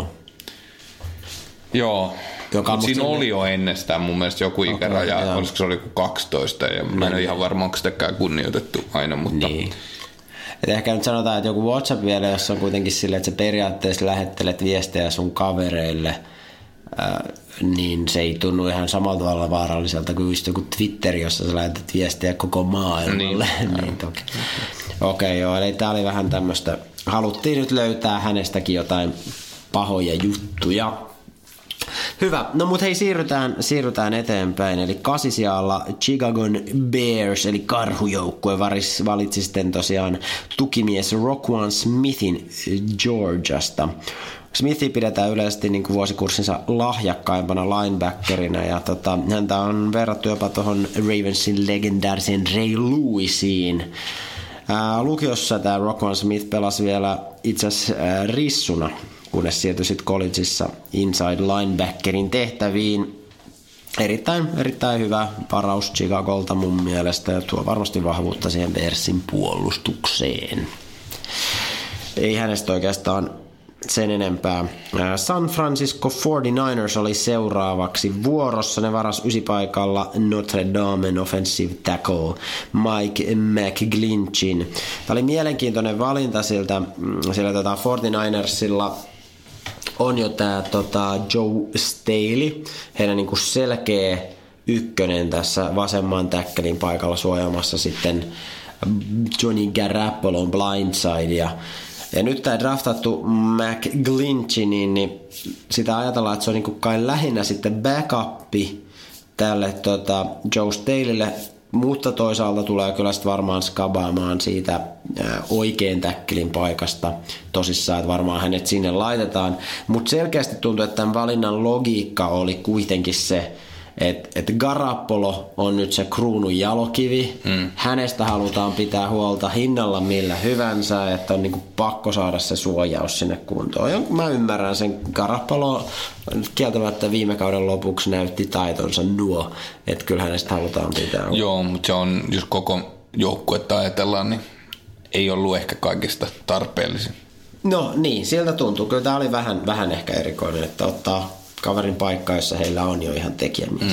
B: Joo. Mutta siinä oli jo ennestään mun mielestä joku ikäraja, olisiko se oli 12, ja mä en ole ihan varma, onko sitäkään kunnioitettu aina, mutta...
A: Niin. Et ehkä nyt sanotaan, että joku WhatsApp vielä, jossa on kuitenkin silleen, että sä periaatteessa lähettelet viestejä sun kavereille, niin se ei tunnu ihan samalla tavalla vaaralliselta kuin just joku Twitter, jossa sä lähetät viestejä koko maailmalle. Niin. Okei, joo, eli tää oli vähän tämmöistä, haluttiin nyt löytää hänestäkin jotain pahoja juttuja. Hyvä. No mut hei, siirrytään eteenpäin. Eli 8 sijalla Chicagon Bears, eli karhujoukkue, valitsi sitten tosiaan tukimies Roquan Smithin Georgiasta. Smithia pidetään yleisesti niin kuin vuosikurssinsa lahjakkaimpana linebackerina, ja häntä on verrattu jopa tuohon Ravensin legendaariseen Ray Lewisiin. Lukiossa tämä Roquan Smith pelasi vielä itse asiassa rissuna, kunnes siirtyi sitten collegeissa inside linebackerin tehtäviin. Erittäin hyvä varaus Chicagolta mun mielestä, ja tuo varmasti vahvuutta siihen Bearsin puolustukseen. Ei hänestä oikeastaan sen enempää. San Francisco 49ers oli seuraavaksi vuorossa. Ne varas 9 paikalla Notre Damen offensive tackle Mike McGlinchin. Tämä oli mielenkiintoinen valinta sillä 49ersilla on jo tämä Joe Staley, heidän niinku selkeä ykkönen tässä vasemman täkkelin paikalla suojaamassa sitten Johnny Garoppolon blindsidea. Ja nyt tämä draftattu McGlinchey, niin sitä ajatellaan, että se on niinku kai lähinnä sitten backupi tälle Joe Staleylle, mutta toisaalta tulee kyllä sitten varmaan skabaamaan siitä oikein täkkelin paikasta tosissaan, että varmaan hänet sinne laitetaan. Mutta selkeästi tuntuu, että tämän valinnan logiikka oli kuitenkin se, että Garoppolo on nyt se kruunun jalokivi. Hänestä halutaan pitää huolta hinnalla millä hyvänsä, että on niinku pakko saada se suojaus sinne kuntoon. Ja mä ymmärrän sen. Garoppolo kieltämättä viime kauden lopuksi näytti taitonsa että kyllä hänestä halutaan pitää huolta.
B: Joo, mutta se on, jos koko joukkuetta ajatellaan, niin ei ollut ehkä kaikista tarpeellisin.
A: No niin, sieltä tuntuu. Kyllä tämä oli vähän ehkä erikoinen, että ottaa kaverin paikka, jossa heillä on jo ihan tekijämies.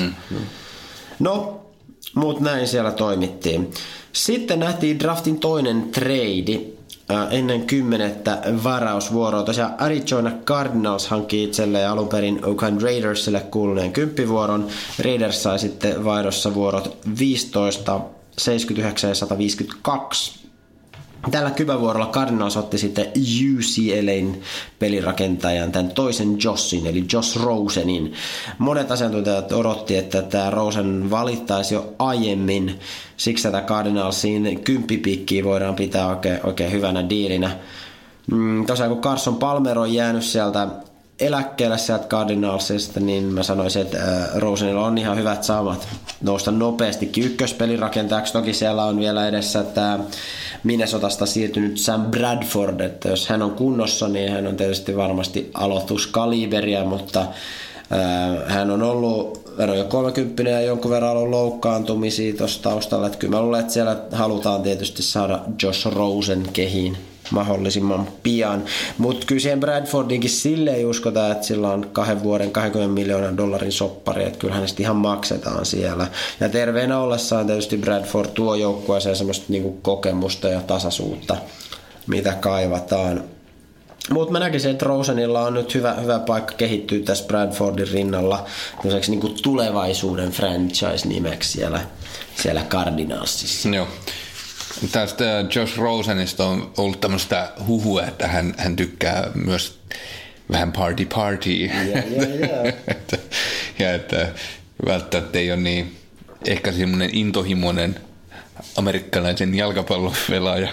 A: No, mutta näin siellä toimittiin. Sitten nähtiin draftin toinen trade ennen 10. varausvuoroa. Tosiaan Arizona Cardinals hankki itselleen alun perin Oakland Raidersille kuuluneen 10 vuoron. Raiders sai sitten vaihdossa vuorot 15, 79 ja 152. Tällä kypävuorolla Cardinals otti sitten UCLA:n pelirakentajan, tämän toisen Joshin, eli Josh Rosenin. Monet asiantuntijat odotti, että tämä Rosen valittaisi jo aiemmin, siksi tätä Cardinalsin 10 pikkiä voidaan pitää oikein hyvänä diilinä. Tosiaan kun Carson Palmer on jäänyt sieltä eläkkeelle sieltä Cardinalsista, niin mä sanoisin, että Rosenilla on ihan hyvät saamat nousta nopeastikin ykköspelirakentajaksi. Toki siellä on vielä edessä tämä Minnesotasta siirtynyt Sam Bradford, että jos hän on kunnossa, niin hän on tietysti varmasti aloituskaliberia, mutta hän on ollut jo 30 ja jonkun verran ollut loukkaantumisia tuossa taustalla. Että kyllä mä luulen, että siellä halutaan tietysti saada Josh Rosen kehiin mahdollisimman pian. Mutta kyllä siihen Bradfordinkin silleen uskotaan, että sillä on 2 vuoden $20 miljoonan soppari, että kyllä hänestä ihan maksetaan siellä. Ja terveenä ollessaan tietysti Bradford tuo joukkueeseen semmoista niinku kokemusta ja tasaisuutta, mitä kaivataan. Mutta mä näkisin, että Rosenilla on nyt hyvä paikka kehittyä tässä Bradfordin rinnalla niinku tulevaisuuden franchise-nimeksi siellä Cardinalsissa.
B: Joo. Tästä Josh Rosenista on ollut tämmöistä huhua, että hän tykkää myös vähän party.
A: Yeah.
B: Ja että välttämättä ei ole niin ehkä semmoinen intohimoinen amerikkalaisen jalkapallopelaaja.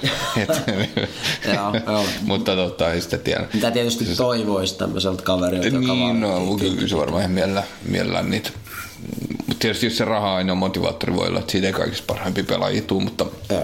B: Mutta ei sitä tiedä.
A: Mitä tietysti toivoisi tämmöiseltä kaverilta, joka
B: kyllä se varmaan ihan mielellään niitä. Mutta tietysti jos se raha aina on motivaattori, voi olla, että siitä ei kaikista parhaimpi pelaajia tule, mutta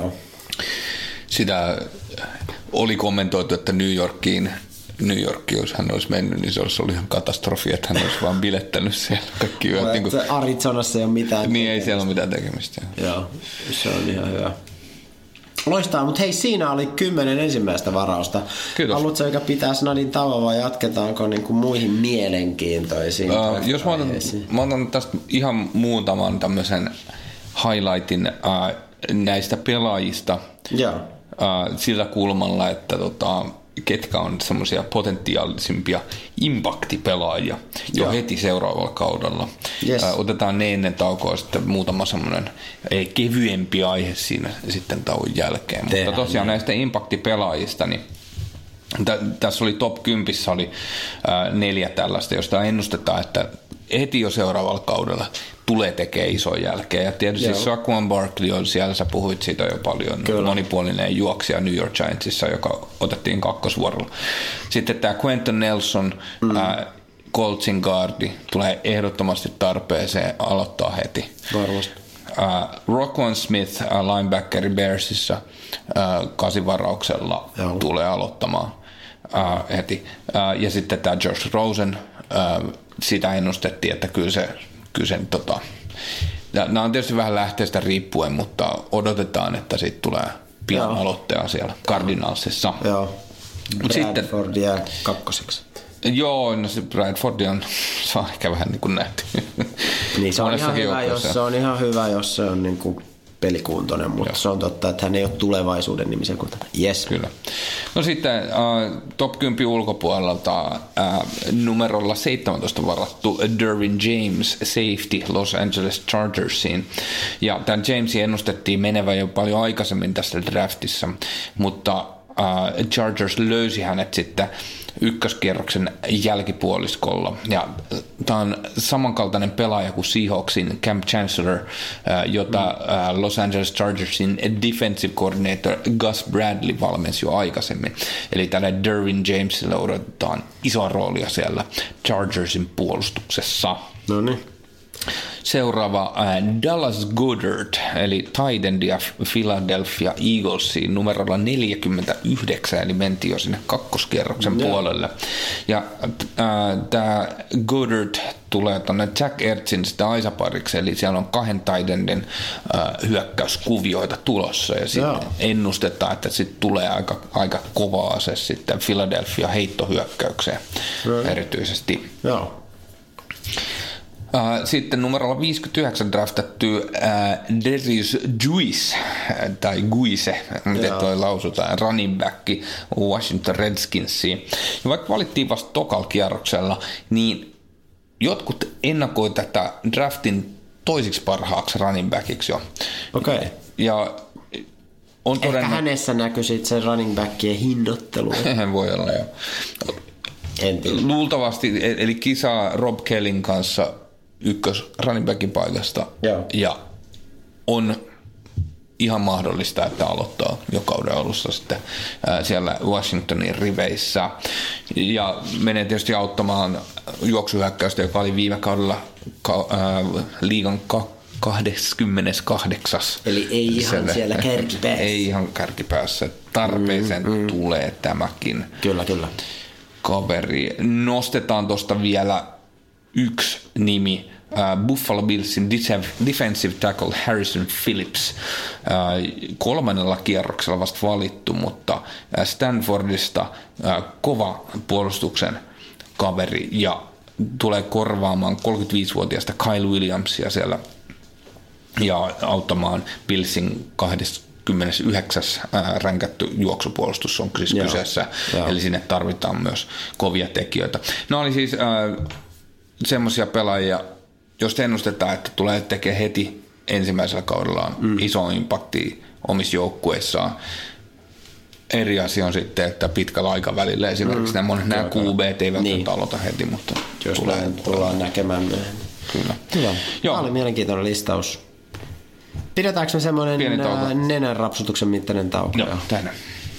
B: sitä oli kommentoitu, että New York, jos hän olisi mennyt, niin se olisi ollut ihan katastrofi, että hän olisi vaan bilettänyt siellä kaikki yöt.
A: Arizonassa ei ole mitään tekemistä.
B: Niin, ei siellä ole mitään tekemistä.
A: Joo, se on ihan hyvä. Loistaa, mutta hei, siinä oli 10 ensimmäistä varausta.
B: Kiitos.
A: Haluatko eikä pitää snadin tauon vai jatketaanko niin kuin muihin mielenkiintoisiin
B: jos mä otan tästä ihan muutaman tämmöisen highlightin näistä pelaajista.
A: Joo.
B: Sillä kulmalla, että ketkä on semmoisia potentiaalisimpia impact-pelaajia jo heti seuraavalla kaudella.
A: Yes.
B: Otetaan ne ennen taukoa sitten muutama semmoinen kevyempi aihe siinä sitten tauon jälkeen. Mutta tosiaan näistä impact-pelaajista, niin tässä oli top 10 oli 4 tällaista, josta ennustetaan, että heti jo seuraavalla kaudella tulee tekemään ison jälkeen. Ja tietysti Saquon Barkley on siellä, sä puhuit siitä jo paljon, monipuolinen juoksija New York Giantsissa, joka otettiin kakkosvuorolla. Sitten tämä Quentin Nelson, Coltsin guardi, tulee ehdottomasti tarpeeseen aloittaa heti.
A: Varmasti.
B: Roquan Smith, linebackeri Bearsissa, 8 varauksella tulee aloittamaan heti. Ja sitten tämä Josh Rosen, sitä ennustettiin, että kyllä se nämä on tietysti vähän lähteestä riippuen, mutta odotetaan, että siitä tulee pian aloittaa siellä Cardinalsissa.
A: Joo. Bradford jää kakkoseksi.
B: Joo, no se Bradford se on ehkä vähän niin kuin nähty.
A: Niin se on ihan hyvä, jos se on niin kuin pelikuntoinen, mutta se on totta, että hän ei ole tulevaisuuden nimisen kuin yes.
B: Kyllä. No sitten top 10 ulkopuolelta numerolla 17 varattu Derwin James, safety Los Angeles Chargersiin. Ja tämän Jamesin ennustettiin menevän jo paljon aikaisemmin tässä draftissa, mutta Chargers löysi hänet sitten ykköskierroksen jälkipuoliskolla. Ja tämä on samankaltainen pelaaja kuin Seahawksin Cam Chancellor, jota Los Angeles Chargersin defensive coordinator Gus Bradley valmensi jo aikaisemmin. Eli tälle Derwin Jamesille odotetaan isoa roolia siellä Chargersin puolustuksessa.
A: No niin.
B: Seuraava Dallas Goedert, eli tight end ja Philadelphia Eaglesiin numerolla 49, eli mentiin jo sinne kakkoskierroksen puolelle. Ja tämä Goedert tulee tuonne Jack Ertzin sitä aisapariksi, eli siellä on 2 tight endin hyökkäyskuvioita tulossa, ja sitten ennustetaan, että sitten tulee aika kova ase sitten Philadelphia heittohyökkäykseen erityisesti.
A: Joo.
B: Sitten numerolla 59 draftattu Darius Guice, tai Guise, miten toi lausutaan, running back Washington Redskinsiin. Ja vaikka valittiin vasta tokalla kierroksella, niin jotkut ennakoi tätä draftin toisiksi parhaaksi running backiksi jo.
A: Okei.
B: Ja on
A: ehkä hänessä näkyy sitten se running backien hinnoittelu.
B: Voi olla jo. Luultavasti, eli kisaa Rob Kellyn kanssa ykkös running backin paikasta. Ja on ihan mahdollista, että aloittaa jo kauden alussa sitten siellä Washingtonin riveissä. Ja menee tietysti auttamaan juoksuhyökkäystä, joka oli viime kaudella liigan 28.
A: Eli ei ihan siellä kärkipäässä.
B: Ei ihan kärkipäässä. Tarpeeseen tulee tämäkin.
A: Kyllä.
B: Kaveri. Nostetaan tuosta vielä yksi nimi. Buffalo Billsin defensive tackle Harrison Phillips. 3. kierroksella vasta valittu, mutta Stanfordista kova puolustuksen kaveri ja tulee korvaamaan 35-vuotiaasta Kyle Williamsia siellä ja auttamaan Billsin 29. ränkätty juoksupuolustus on siis kyseessä, eli sinne tarvitaan myös kovia tekijöitä. No oli siis semmoisia pelaajia, jos ennustetaan, että tulee tekemään heti ensimmäisellä kaudellaan iso impakti omissa joukkueissaan. Eri asia on sitten, että pitkällä aikavälillä esimerkiksi nämä QB:t eivät aloita heti, mutta
A: tullaan näkemään myöhemmin.
B: Kyllä.
A: Tämä oli mielenkiintoinen listaus. Pidetäänkö me semmoinen nenän rapsutuksen mittainen tauko?
B: Joo, tänne.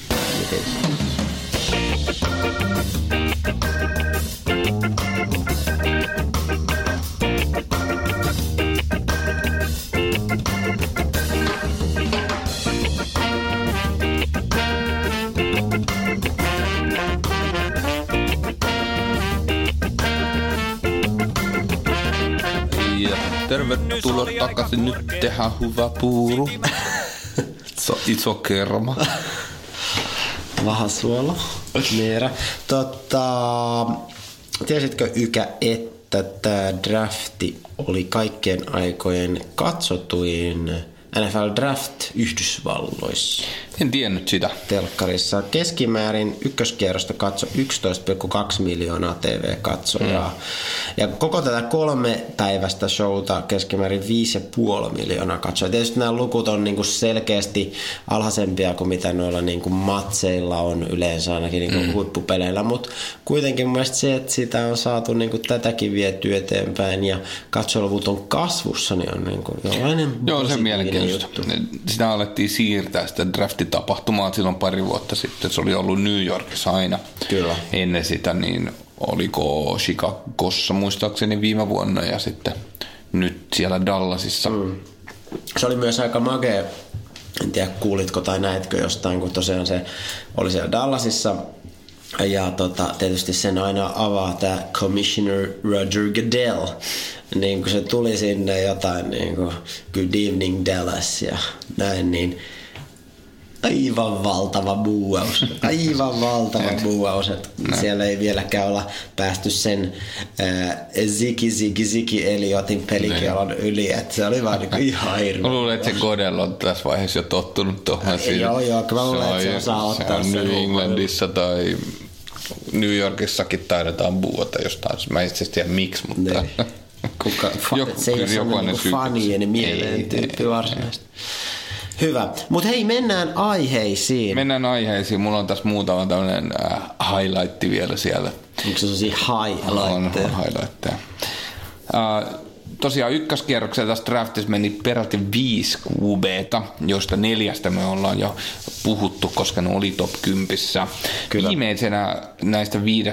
B: Tervetuloa takaisin, nyt tehdään hyvä puuru. Iso kerma.
A: Vahasuola. Meera. Tiesitkö Ykä, että tämä drafti oli kaikkien aikojen katsotuin NFL Draft Yhdysvalloissa.
B: En tiennyt sitä.
A: Telkkarissa keskimäärin ykköskierrosta katsoi 11,2 miljoonaa TV-katsojaa. Ja koko tätä 3 päivästä showta keskimäärin 5,5 miljoonaa katsojaa. Tietysti nämä lukut on niinku selkeästi alhaisempia kuin mitä noilla niinku matseilla on yleensä ainakin niinku huippupeleillä, mutta kuitenkin mun mielestä se, että sitä on saatu niinku tätäkin vietyä eteenpäin ja katsoluvut on kasvussa, niin on niinku jollainen
B: se mielenkiintoista. Sitä alettiin siirtää sitä draftitapahtumaa silloin pari vuotta sitten. Se oli ollut New Yorkissa aina.
A: Kyllä.
B: Ennen sitä, niin oliko Chicagossa muistaakseni viime vuonna ja sitten nyt siellä Dallasissa.
A: Se oli myös aika magea. En tiedä, kuulitko tai näetkö jostain, kun tosiaan se oli siellä Dallasissa. Ja tietysti sen aina avaa tämä Commissioner Roger Goodell. Niin kun se tuli sinne jotain niin kuin Good Evening Dallas ja näin, niin aivan valtava buuaus. Aivan valtava buuaus. Siellä ei vieläkään olla päästy sen Ziki Elliotin pelikielon yli. Että se oli vaan niin ihan hirveä.
B: Mä luulen, että se Godel on tässä vaiheessa jo tottunut tuohon.
A: Joo, mä luulen, että se osaa ottaa sen.
B: New Englandissa tai New Yorkissakin taidetaan buuata jostain. Mä itse asiassa tiedä miksi, mutta
A: se ei ole semmoinen fanien mieleen tyyppi varsinaisesti. Hyvä. Mutta hei, mennään aiheisiin.
B: Mulla on tässä muutama tämmönen highlight vielä siellä.
A: Onko se sellaisia highlightteja?
B: On highlightteja. Tosiaan ykköskierroksella tässä draftissa meni peräti 5 QB:ta, joista 4 me ollaan jo puhuttu, koska ne oli top 10. Kyllä. Viimeisenä näistä 5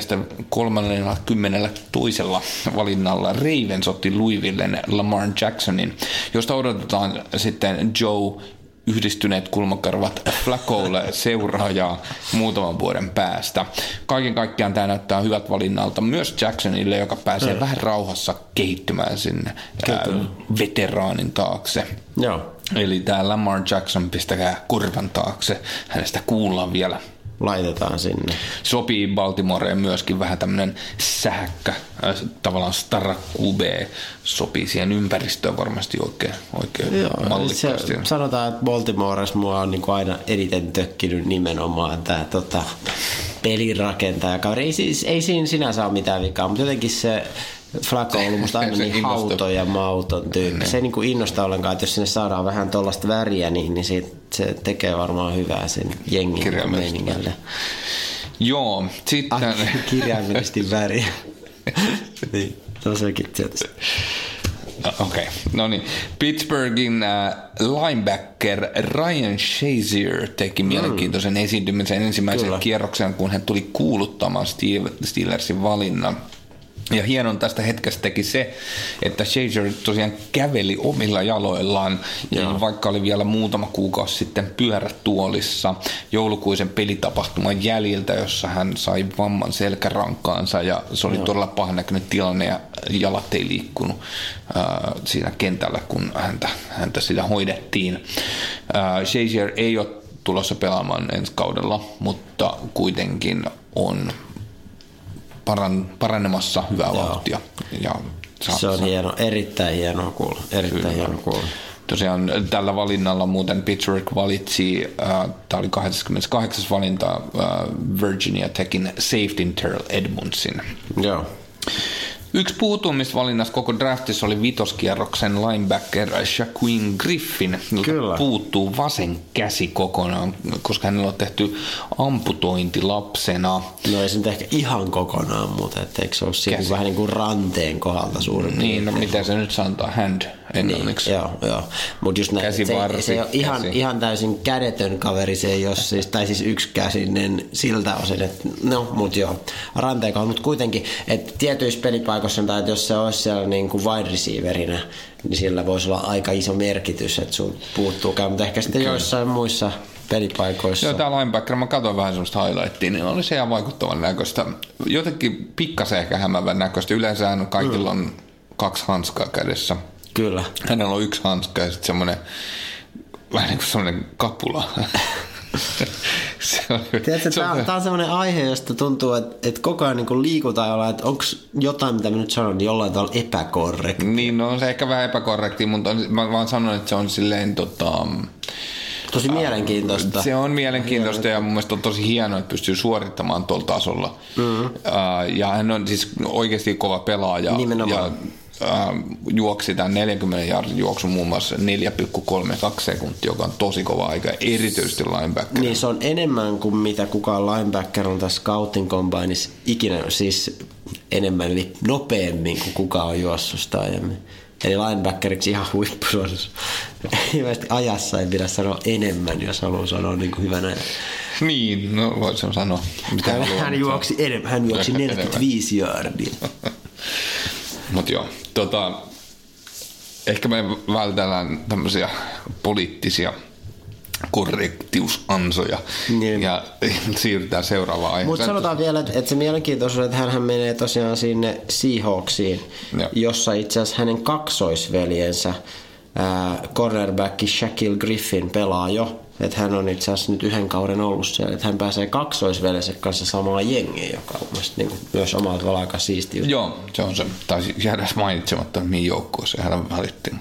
B: 32. valinnalla Ravens otti Louisvillen Lamar Jacksonin, josta odotetaan sitten Joe yhdistyneet kulmakarvat Flaccolle seuraajaa muutaman vuoden päästä. Kaiken kaikkiaan tämä näyttää hyvät valinnalta myös Jacksonille, joka pääsee vähän rauhassa kehittymään sinne veteraanin taakse.
A: Joo.
B: Eli tämä Lamar Jackson, pistäkää kurvan taakse, hänestä kuullaan vielä.
A: Laitetaan sinne. Sopii
B: Baltimoreen myöskin vähän tämmönen sähäkkä, tavallaan stara QB, sopii siihen ympäristöön varmasti oikein mallikkaasti.
A: Sanotaan, että Baltimoressa mua on niinku aina eniten tökkinyt nimenomaan tämä pelirakentaja. Ei siinä sinänsä ole mitään vikaa, mutta jotenkin se Flacco on ollut musta aina niin hauton ja mauton tyyppi. Se ei niinku innosta ollenkaan, että jos sinne saadaan vähän tollaista väriä, niin se tekee varmaan hyvää sen jengin meiningälle.
B: Joo, sitten
A: kirjaimellisesti väriä. Niin, sekin tietysti.
B: Okei, no niin. Pittsburghin linebacker Ryan Shazier teki mielenkiintoisen esiintymisen ensimmäisen kierroksen, kun hän tuli kuuluttamaan Steelersin valinnan. Ja hienon tästä hetkestä teki se, että Shazier tosiaan käveli omilla jaloillaan, ja vaikka oli vielä muutama kuukausi sitten pyörätuolissa joulukuisen pelitapahtuman jäljiltä, jossa hän sai vamman selkärankaansa, ja se oli todella pahanäköinen tilanne ja jalat ei liikkunut siinä kentällä, kun häntä sitä hoidettiin. Shazier ei ole tulossa pelaamaan ensi kaudella, mutta kuitenkin on paranemassa hyvää vauhtia. Ja
A: se on hieno, erittäin hienoa kuulla. Hienoa kuulla.
B: Tosiaan tällä valinnalla muuten Pittsburgh valitsi, tämä oli 28. valinta, Virginia Techin safety Terrell Edmundsin.
A: Joo.
B: Yksi puutuimmista valinnasta koko draftissa oli vitoskierroksen linebacker Shaquille Griffin, jolta puuttuu vasen käsi kokonaan, koska hänellä on tehty amputointi lapsena.
A: No ei se nyt ehkä ihan kokonaan, mutta eikö se ole siinä vähän niin kuin ranteen kohdalta suurin piirtein?
B: Niin, no miten se nyt sanotaan, hand englanniksi.
A: Niin, joo. Mutta just näin, se ei ole ihan täysin kädetön kaveri, se ei ole siis, tai siis yksikäsinen siltä osin, että no, mutta joo, ranteen kohdalla, mutta kuitenkin, että tietyissä pelipaikoissa tai että jos se olisi siellä niin kuin wide receiverina, niin sillä voisi olla aika iso merkitys, että sun puuttuukaan, mutta ehkä sitten joissain muissa pelipaikoissa.
B: Joo, tämä linebacker, mä katsoin vähän semmoista highlightia, niin oli se ihan vaikuttavan näköistä. Jotenkin pikkasen ehkä hämävän näköistä. Yleensä kaikilla on 2 hanskaa kädessä.
A: Kyllä.
B: Hänellä on 1 hanska ja sitten semmoinen vähän niin kuin semmoinen kapula.
A: Tiedätkö, tämä on sellainen aihe, josta tuntuu, että koko ajan niin liikutaan jollain, että onko jotain, mitä mä nyt sanon, jollain tavalla epäkorrekti.
B: Niin, no on se ehkä vähän epäkorrekti, mutta mä vaan sanon, että se on silleen
A: tosi mielenkiintoista.
B: Se on mielenkiintoista ja mun mielestä on tosi hienoa, että pystyy suorittamaan tuolla tasolla. Ja hän on siis oikeasti kova pelaaja.
A: Nimenomaan.
B: Ja juoksi tämän 40 jardin juoksun muun muassa 4,32 sekuntia, joka on tosi kova aika, erityisesti linebacker.
A: Niin, se on enemmän kuin mitä kukaan linebacker on tässä Scouting Combineissa ikinä, siis enemmän eli nopeammin kuin kukaan on juossut sitä aiemmin. Eli linebackeriksi ihan huippusuositus. Ilmeisesti ajassa ei pidä sanoa enemmän, jos haluaa sanoa niin kuin hyvänä.
B: Niin, no voisin sanoa.
A: Hän juoksi enemmän, hän juoksi 45 yardia.
B: Mut joo, ehkä me vältellään tämmöisiä poliittisia korrektiusansoja ja siirrytään seuraavaan aiheeseen.
A: Mutta sanotaan vielä, että se mielenkiintoisuus on, että hänhän menee tosiaan sinne Seahawksiin, jossa itse asiassa hänen kaksoisveljensä cornerback Shaquille Griffin pelaa jo. Että hän on itse asiassa nyt yhden kauden ollut siellä, että hän pääsee kaksoisveljensä kanssa samaan jengiin, joka on niin myös omalta tavalla aika siisti.
B: Joo, se on se. Taisi jäädä mainitsematta, mihin joukkueeseen hän valittiin.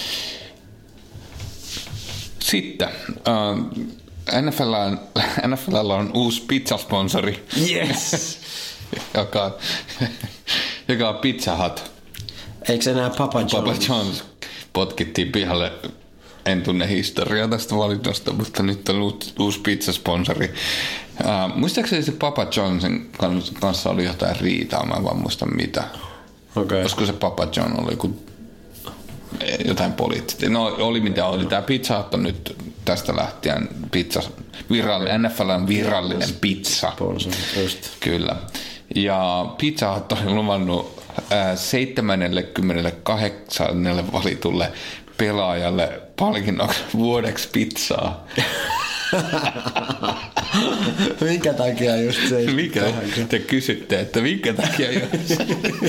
B: Sitten NFL on uusi pizzasponsori.
A: Yes!
B: joka on Pizza Hut.
A: Eikö se enää Papa John's?
B: Papa John's potkittiin pihalle. En tunne historiaa tästä valinnasta, mutta nyt on uusi pizzasponsori. Muistaakseni se Papa John'sin kanssa oli jotain riitaa, mä en vaan muista mitä.
A: Okay.
B: Koska se Papa John oli jotain poliittista. No oli mitä oli. Tämä Pizza Hut on nyt tästä lähtien NFL:n virallinen pizza.
A: Just.
B: Kyllä. Ja Pizza Hut on luvannut 78 valitulle pelaajalle palkinnoksi vuodeksi pizzaa.
A: Minkä takia just se?
B: Te kysytte, että minkä takia just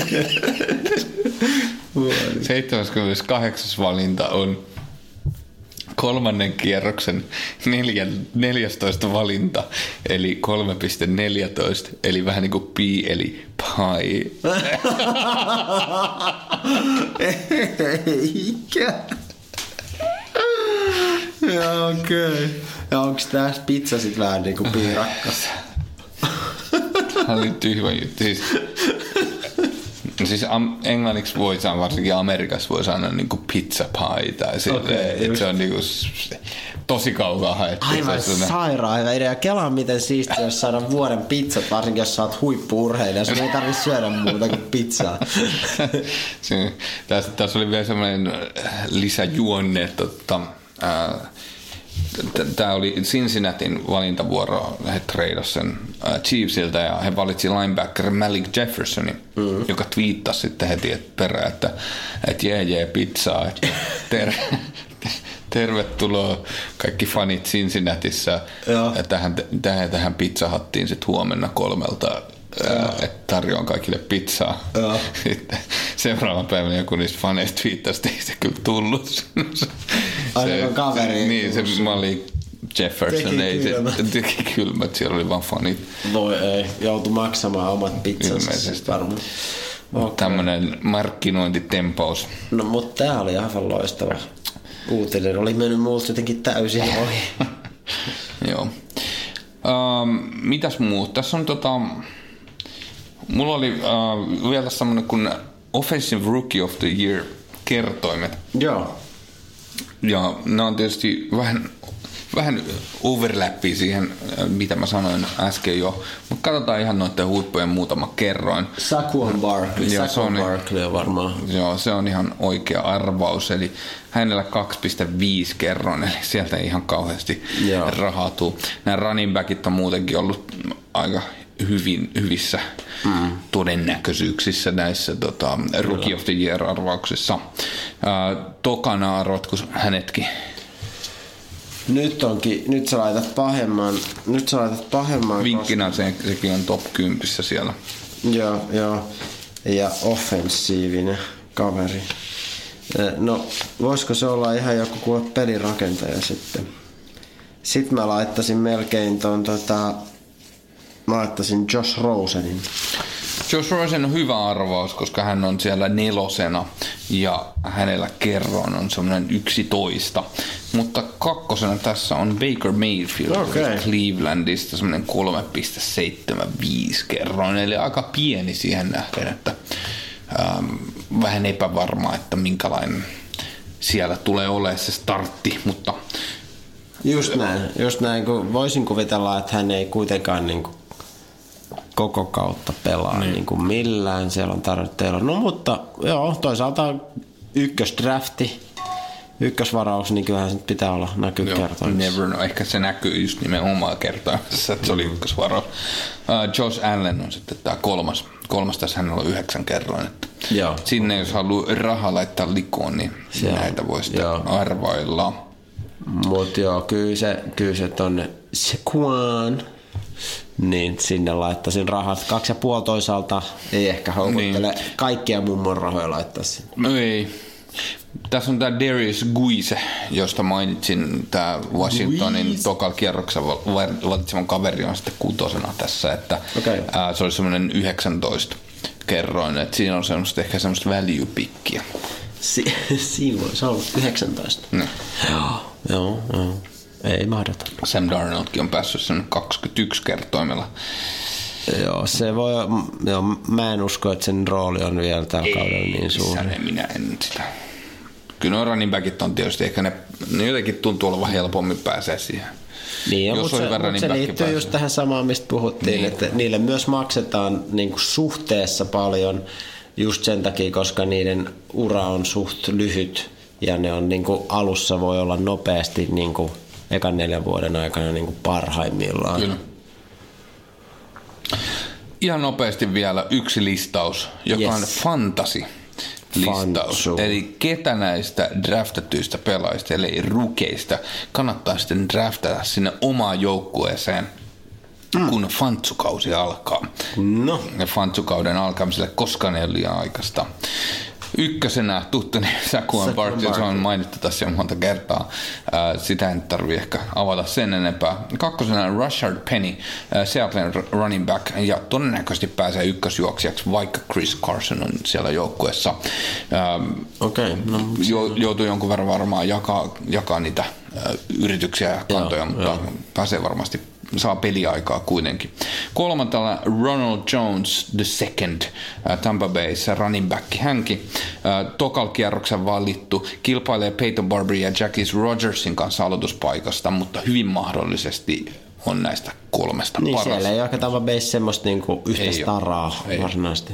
B: 78. valinta on kolmannen kierroksen 14. valinta, eli 3.14, eli vähän niin kuin pi, eli pie.
A: Eikä. Joo, okei. Ja onks tässä pizza sit vähän niinku piirakkas?
B: Tämä oli tyhmä juttu. Siis englanniksi voi sanoa, varsinkin Amerikassa voi sanoa niinku pizza pie tai silleen, että se on niinku tosi kaukaa haettu.
A: Aivan sairaan hyvä idea. Kelaa miten siistiä, jos saadaan vuoden pizzat, varsinkin jos sä oot huippu-urheilija. Sun ei tarvitse syödä muuta kuin pizzaa.
B: Tässä oli vielä semmoinen lisäjuonne, tämä oli Cincinnatin valintavuoro, he treidasi sen Chiefsiltä ja he valitsi linebacker Malik Jeffersonin, joka twiittasi sitten heti perään, että jee pizzaa, että tervetuloa kaikki fanit Cincinnatissa tähän Pizza Huttiin sitten huomenna 3, että tarjoan kaikille pizzaa. Sitten seuraavan päivänä joku niistä faneista twiittasi, ei se kyllä tullut.
A: Aina kaveri.
B: Niin, se Malik Jefferson teki kylmät, siellä oli vaan fanit.
A: Voi ei, joutui maksamaan omat pizzansa varmaan.
B: Tämmönen markkinointitempaus.
A: No mutta tää oli aivan loistava uutinen, oli mennyt muulta jotenkin täysin ohi.
B: Joo. Mitäs muut? Tässä on mulla oli vielä semmonen kuin Offensive Rookie of the Year kertoimet.
A: Joo.
B: Ja ne on tietysti vähän overlappia siihen, mitä mä sanoin äsken jo. Mutta katsotaan ihan noiden huippujen muutama kerroin.
A: Saquon Barkley on varmaan.
B: Joo, se on ihan oikea arvaus. Eli hänellä 2.5 kerroin, eli sieltä ei ihan kauheasti rahaa tuu. Nämä running backit on muutenkin ollut aika hyvissä todennäköisyyksissä näissä Rookie of the Year-arvauksissa. Tokana arvatko hänetkin?
A: Nyt sä laitat pahemman.
B: Vinkkinä sekin on top 10 siellä.
A: Joo. Ja offensiivinen kaveri. No, voisiko se olla ihan joku kuule pelirakentaja sitten? Sitten mä laittaisin melkein mä laittaisin Josh Rosenin.
B: Josh Rosen on hyvä arvaus, koska hän on siellä 4. ja hänellä kerroin on semmoinen 11. Mutta 2. tässä on Baker Mayfield Clevelandista, semmoinen 3,75 kerroin. Eli aika pieni siihen nähden, että vähän epävarmaa, että minkälainen siellä tulee olemaan se startti, mutta
A: Just näin, kun voisin kuvitella, että hän ei kuitenkaan niin kuin koko kautta pelaa niin kuin millään. Siellä on tarvitteilla. No mutta joo, toisaalta ykkösvaraus, niin kyllähän se pitää olla näkykertoimissa.
B: Never know. Ehkä se näkyy just nimenomaan kertoimissa, että se oli ykkösvaraus. Josh Allen on sitten tämä kolmas tässä hänellä on 9 kerroin. Että sinne jos haluaa rahaa laittaa likoon, niin näitä voi sitten arvailla.
A: Mut joo, kyllä se tonne Saquon, niin sinne laittaisin rahat. 2,5 toisaalta ei ehkä houkuttele kaikkia mummon rahoja laittaa sinne.
B: No ei. Tässä on tämä Darius Guise, josta mainitsin, tämä Washingtonin tokalla kierroksella valitseman kaveri on sitten 6. tässä, että se oli semmoinen 19 kerroin, että siinä on ehkä semmoista value-pikkiä.
A: Siinä voisi olla 19. Joo. Ei mahdota.
B: Sam Darnoldkin on päässyt sen 21 kertoimella.
A: Joo, se voi. Joo, mä en usko, että sen rooli on vielä tällä kaudella niin suuri.
B: Minä en sitä. Kyllä nuo running backit on tietysti, ehkä ne jotenkin tuntuu olevan helpommin pääsee siihen.
A: Niin, mutta se liittyy just tähän samaan, mistä puhuttiin, että niille myös maksetaan niin kuin suhteessa paljon just sen takia, koska niiden ura on suht lyhyt ja ne on niin kuin alussa voi olla nopeasti niin kuin ekan 4 vuoden aikana niin kuin parhaimmillaan. Kyllä.
B: Ihan nopeasti vielä yksi listaus, joka on fantasy listaus. Eli ketä näistä draftattuista pelaajista, eli rukeista, kannattaa sitten draftata sinne omaan joukkueeseen, kun fantsukausi alkaa.
A: No.
B: Ja fantsukauden alkamiselle koskaan ei ole liian aikaista. Ykkösenä tuttuni Saquon Barkley, se on mainittu tässä jo monta kertaa. Sitä en tarvitse ehkä avata sen enempää. 2. Rashard Penny, Seattlein running back, ja todennäköisesti pääsee ykkösjuoksijaksi, vaikka Chris Carson on siellä joukkueessa. Joutuu jonkun verran varmaan jakaa niitä yrityksiä ja kantoja, mutta pääsee varmasti. Saa peliaikaa kuitenkin. 3. Ronald Jones II, Tampa Bayssä running back hänkin. Tokal kierroksen valittu. Kilpailee Peyton Barber ja Jackie Rogersin kanssa aloituspaikasta, mutta hyvin mahdollisesti on näistä 3
A: niin,
B: paras.
A: Siellä ei oikein Tampa Bayssä semmoista niinku yhtä staraa varsinaisesti.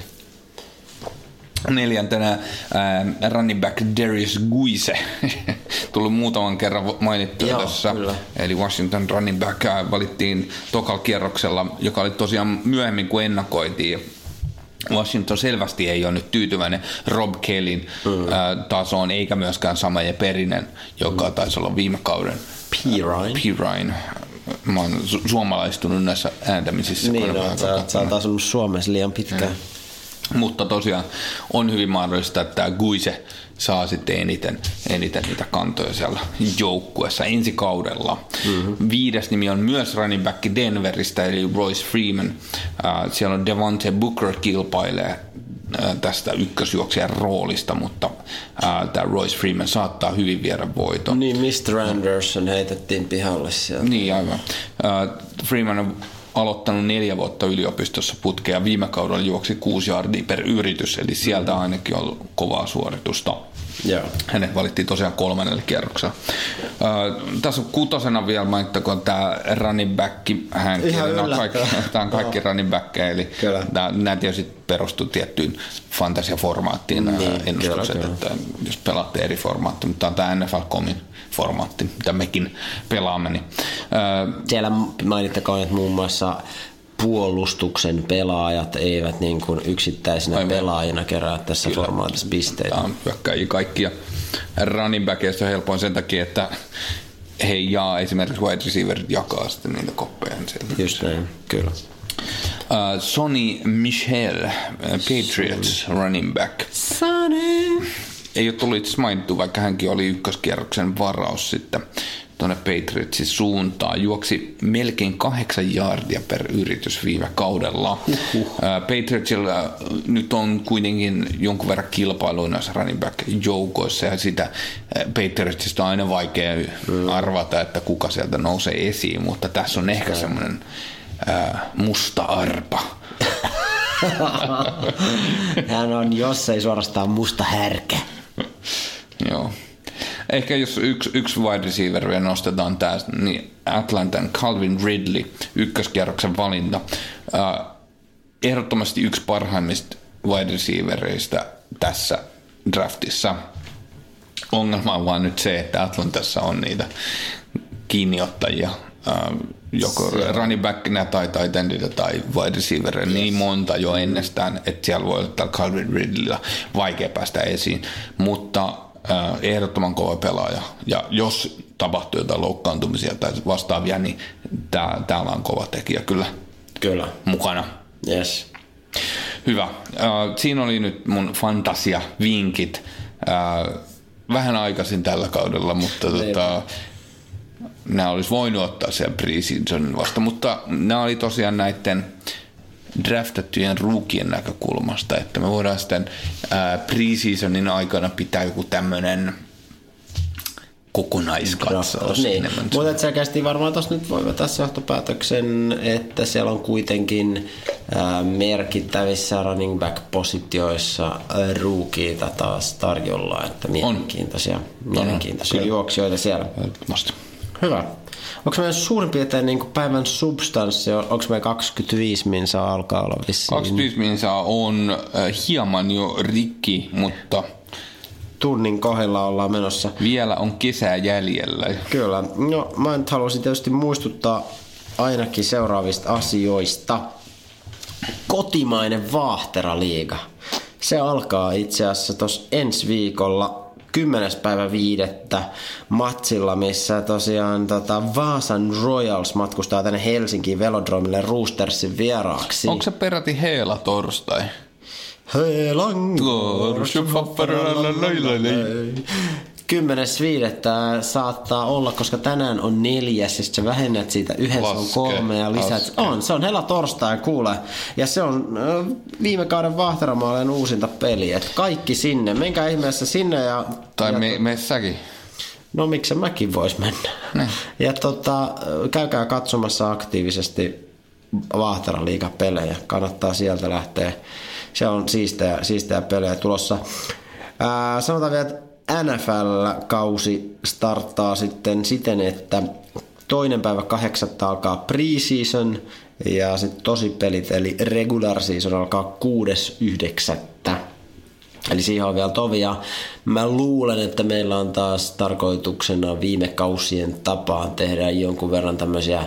B: 4. running back Darius Guise. Tullut muutaman kerran mainittua tässä. Kyllä. Eli Washington running back valittiin tokalla kierroksella, joka oli tosiaan myöhemmin kuin ennakoitiin. Washington selvästi ei ole nyt tyytyväinen Rob Kellyn tasoon, eikä myöskään Samaje Perinen, joka taisi olla viime kauden
A: P. Ryan.
B: Mä oon suomalaistunut näissä ääntämisissä.
A: Niin, sä oot asunut Suomessa liian pitkään.
B: Mutta tosiaan on hyvin mahdollista, että tämä Guise saa sitten eniten niitä kantoja siellä joukkueessa ensi kaudella. 5. nimi on myös running back Denveristä, eli Royce Freeman. Siellä on Devontae Booker kilpailee tästä ykkösjuoksijan roolista, mutta tämä Royce Freeman saattaa hyvin viedä voiton.
A: Niin, Mr. Anderson heitettiin pihalle sieltä.
B: Niin, aivan. Freeman on aloittanut 4 vuotta yliopistossa putkea. Viime kaudella juoksi 6 yardia per yritys, eli sieltä ainakin on kovaa suoritusta.
A: Yeah.
B: Hänet valittiin tosiaan 3. kierroksella. Tässä on 6. vielä mainittakoon tämä running back hänkin. Tämä on kaikki running backkejä, eli nämä tietysti perustuu tiettyyn fantasiaformaattiin ennustukset, että jos pelaatte eri formaattia, mutta tämä on tämä NFL.comin formaatti, mitä mekin pelaamme. Niin,
A: siellä mainittakoon, että muun muassa puolustuksen pelaajat eivät niin kuin yksittäisinä pelaajina kerää tässä formaatissa pisteitä.
B: Tämä on hyökkääjiä kaikkia. Running backeista on helpoin sen takia, että he esimerkiksi wide receiverit jakaa sitten niitä koppeja.
A: Just näin, kyllä.
B: Sonny Michel, Patriots running back.
A: Sonny!
B: Ei ole tullut itse mainittu, vaikka hänkin oli ykköskierroksen varaus sitten tuonne Patriotsin suuntaan. Juoksi melkein 8 yardia per yritys viime kaudella. Patriotsilla nyt on kuitenkin jonkun verran kilpailua näissä running back-joukoissa, ja sitä Patriotsista on aina vaikea arvata, että kuka sieltä nousee esiin, mutta tässä on ehkä semmoinen musta arpa.
A: Hän on, jos ei suorastaan musta härkä.
B: Joo. Ehkä jos yksi wide receiver vielä nostetaan tästä, niin Atlantan Calvin Ridley, ykköskierroksen valinta. Ehdottomasti yksi parhaimmista wide receivereistä tässä draftissa. Ongelma on vaan nyt se, että Atlantassa on niitä kiinniottajia, joko running backinä tai tight endillä tai wide receiverillä niin monta jo ennestään, että siellä voi olla Calvin Ridleyllä vaikea päästä esiin, mutta ehdottoman kova pelaaja, ja jos tapahtuu jotain loukkaantumisia tai vastaavia, niin täällä on kova tekijä kyllä mukana.
A: Yes.
B: Hyvä. Siinä oli nyt mun fantasia-vinkit. Vähän aikaisin tällä kaudella, mutta nämä olisi voinut ottaa siellä pre-seasonin vasta, mutta nämä oli tosiaan näiden draftattujen rookien näkökulmasta, että me voidaan sitten pre-seasonin aikana pitää joku tämmöinen kokonaiskatsaus.
A: Niin. Mutta selkeästi varmaan tuossa nyt voi tässä johtopäätöksen, että siellä on kuitenkin merkittävissä running back-positioissa rookieita taas tarjolla, että mielenkiintoisia juoksijoita siellä. Hyvä. Onko meidän suurin piirtein niin päivän substanssi, onko meidän 25 minsaa alkaa olla vissiin?
B: 25 minsaa on hieman jo rikki, mutta
A: tunnin kohdalla ollaan menossa.
B: Vielä on kesää jäljellä.
A: Kyllä. No, mä nyt haluaisin tietysti muistuttaa ainakin seuraavista asioista. Kotimainen Vaahteraliiga. Se alkaa itse asiassa tuossa ensi viikolla 10.5. matsilla, missä tosiaan Vaasan Royals matkustaa tänne Helsinkiin Velodromille Roostersin vieraaksi.
B: Onko se peräti Heela torstai?
A: Heelan 10.5. saattaa olla, koska tänään on 4. ja sitten sä vähennät siitä yhden, se on 3 ja lisät. Se on hela torstai, kuule. Ja se on viime kauden Vaahteramalleen uusinta peli. Et kaikki sinne. Menkää ihmeessä sinne.
B: Me säkin.
A: No miksi mäkin vois mennä. Ne. Ja käykää katsomassa aktiivisesti Vaahteraliiga-pelejä. Kannattaa sieltä lähteä. Se on siistejä pelejä tulossa. Sanotaan vielä, että NFL-kausi starttaa sitten siten, että 2.8. alkaa preseason ja sitten tosipelit eli regular season alkaa 6.9. Eli siihen on vielä tovia. Mä luulen, että meillä on taas tarkoituksena viime kausien tapaan tehdä jonkun verran tämmöisiä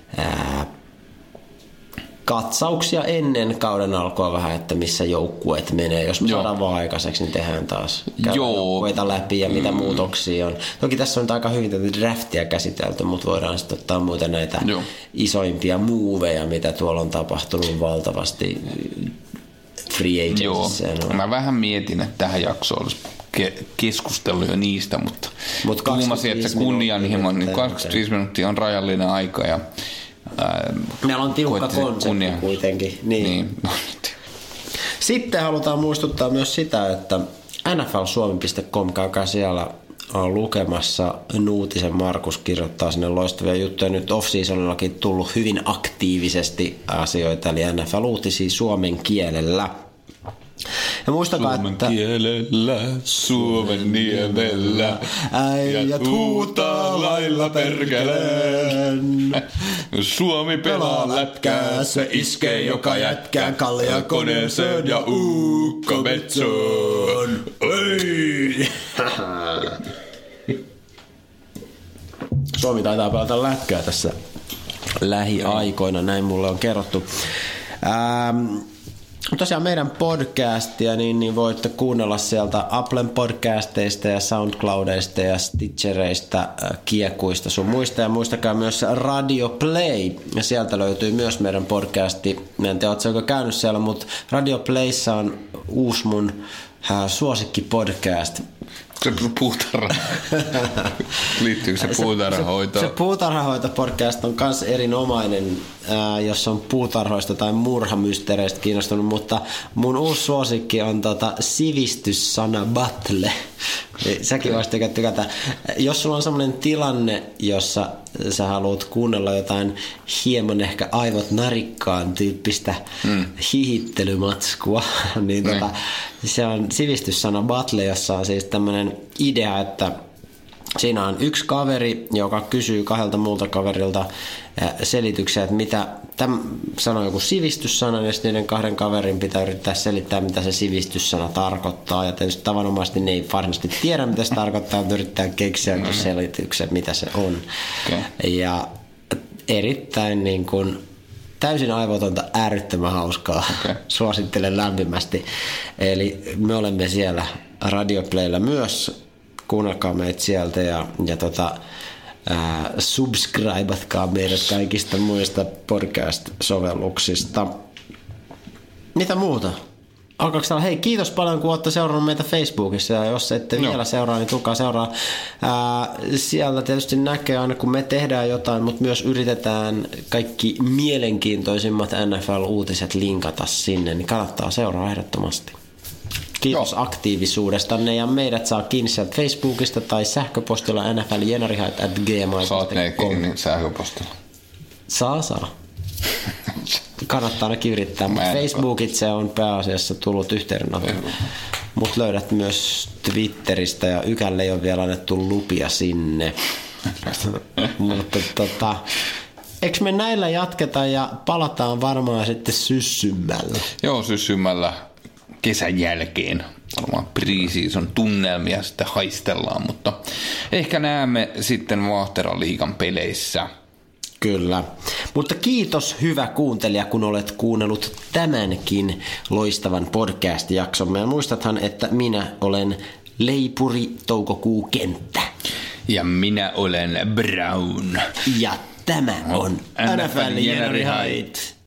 A: katsauksia ennen kauden alkua vähän, että missä joukkueet menee. Jos me saadaan vaan aikaiseksi, niin tehdään taas joukkueita läpi ja mitä muutoksia on. Toki tässä on aika hyvin tätä draftia käsitelty, mutta voidaan sitten ottaa muita näitä isoimpia moveja, mitä tuolla on tapahtunut valtavasti free agentsissa.
B: Mä vähän mietin, että tähän jaksoon olisi keskustellut jo niistä, mutta kuumasin, että se kunnianhimon, niin 25 minuuttia on rajallinen aika ja
A: meillä on tiukka konsepti kuitenkin. Niin. Sitten halutaan muistuttaa myös sitä, että nflsuomi.com, käykää siellä lukemassa. Nuutisen Markus kirjoittaa sinne loistavia juttuja. Nyt off-seasonillakin tullut hyvin aktiivisesti asioita, eli NFL-uutisia suomen kielellä. Ja muistakaa,
B: Suomen kielellä, Suomen niemellä, äijät huutaa lailla perkeleen. Suomi pelaa lätkää, se iskee joka jätkää, Kallia koneeseen ja uukko metsoon. Oi!
A: Suomi taitaa pelata lätkää tässä lähiaikoina, näin mulle on kerrottu. Tosiaan meidän podcastia, niin voitte kuunnella sieltä Applen podcasteista ja SoundCloudeista ja Stitchereistä, kiekuista sun muista. Ja muistakaa myös Radio Play. Ja sieltä löytyy myös meidän podcasti. En tiedä, ootko joko käynyt siellä, mutta Radio Playssa on uusi mun suosikkipodcast.
B: Se puutarha. Liittyykö se puutarhahoitoon?
A: Se puutarhahoito-podcast on myös erinomainen, jos on puutarhoista tai murhamysteereistä kiinnostunut, mutta mun uusi suosikki on sivistyssana battle. Säkin voisit tykätä. Jos sulla on sellainen tilanne, jossa sä haluat kuunnella jotain hieman ehkä aivot narikkaan tyyppistä hihittelymatskua, niin se on sivistyssana battle, jossa on siis tämmöinen idea, että siinä on yksi kaveri, joka kysyy kahdelta muulta kaverilta selityksiä, että mitä sanoo joku sivistyssana, ja sitten niiden kahden kaverin pitää yrittää selittää, mitä se sivistyssana tarkoittaa. Ja tietysti tavanomaisesti ne ei varsinaisesti tiedä, mitä se tarkoittaa, mutta yrittää keksiä joku selityksen, mitä se on. Okay. Ja erittäin niin kuin täysin aivotonta, äärettömän hauskaa. Okay. Suosittelen lämpimästi. Eli me olemme siellä Radioplaylla myös. Kuunnelkaa meitä sieltä ja subscribatkaa meidät kaikista muista podcast-sovelluksista. Mitä muuta? Alkaako täällä? Hei, kiitos paljon, kun olette seurannut meitä Facebookissa, ja jos ette vielä seuraa, niin tulkaa seuraa. Siellä tietysti näkee aina, kun me tehdään jotain, mutta myös yritetään kaikki mielenkiintoisimmat NFL-uutiset linkata sinne, niin kannattaa seuraa ehdottomasti. Kiitos aktiivisuudestanne, ja meidät saa kiinni sieltä Facebookista tai sähköpostilla nfljenarihait@gmail.com.
B: Saat ne kiinni sähköpostilla.
A: Saa. Kannattaa ainakin yrittää, mutta Facebookit se on pääasiassa tullut yhteydenotto. Mut löydät myös Twitteristä, ja Ykälle ei ole vielä annettu lupia sinne. Mutta eikö me näillä jatketa ja palataan varmaan sitten syssymällä?
B: Joo, syssymällä. Kesän jälkeen varmaan pre-season tunnelmia sitten haistellaan, mutta ehkä näemme sitten Vaahtera-liigan peleissä.
A: Kyllä. Mutta kiitos hyvä kuuntelija, kun olet kuunnellut tämänkin loistavan podcast-jakson. Ja muistathan, että minä olen Leipuri Toukokuu Kenttä.
B: Ja minä olen Brown.
A: Ja tämä on NFL Jenarihait.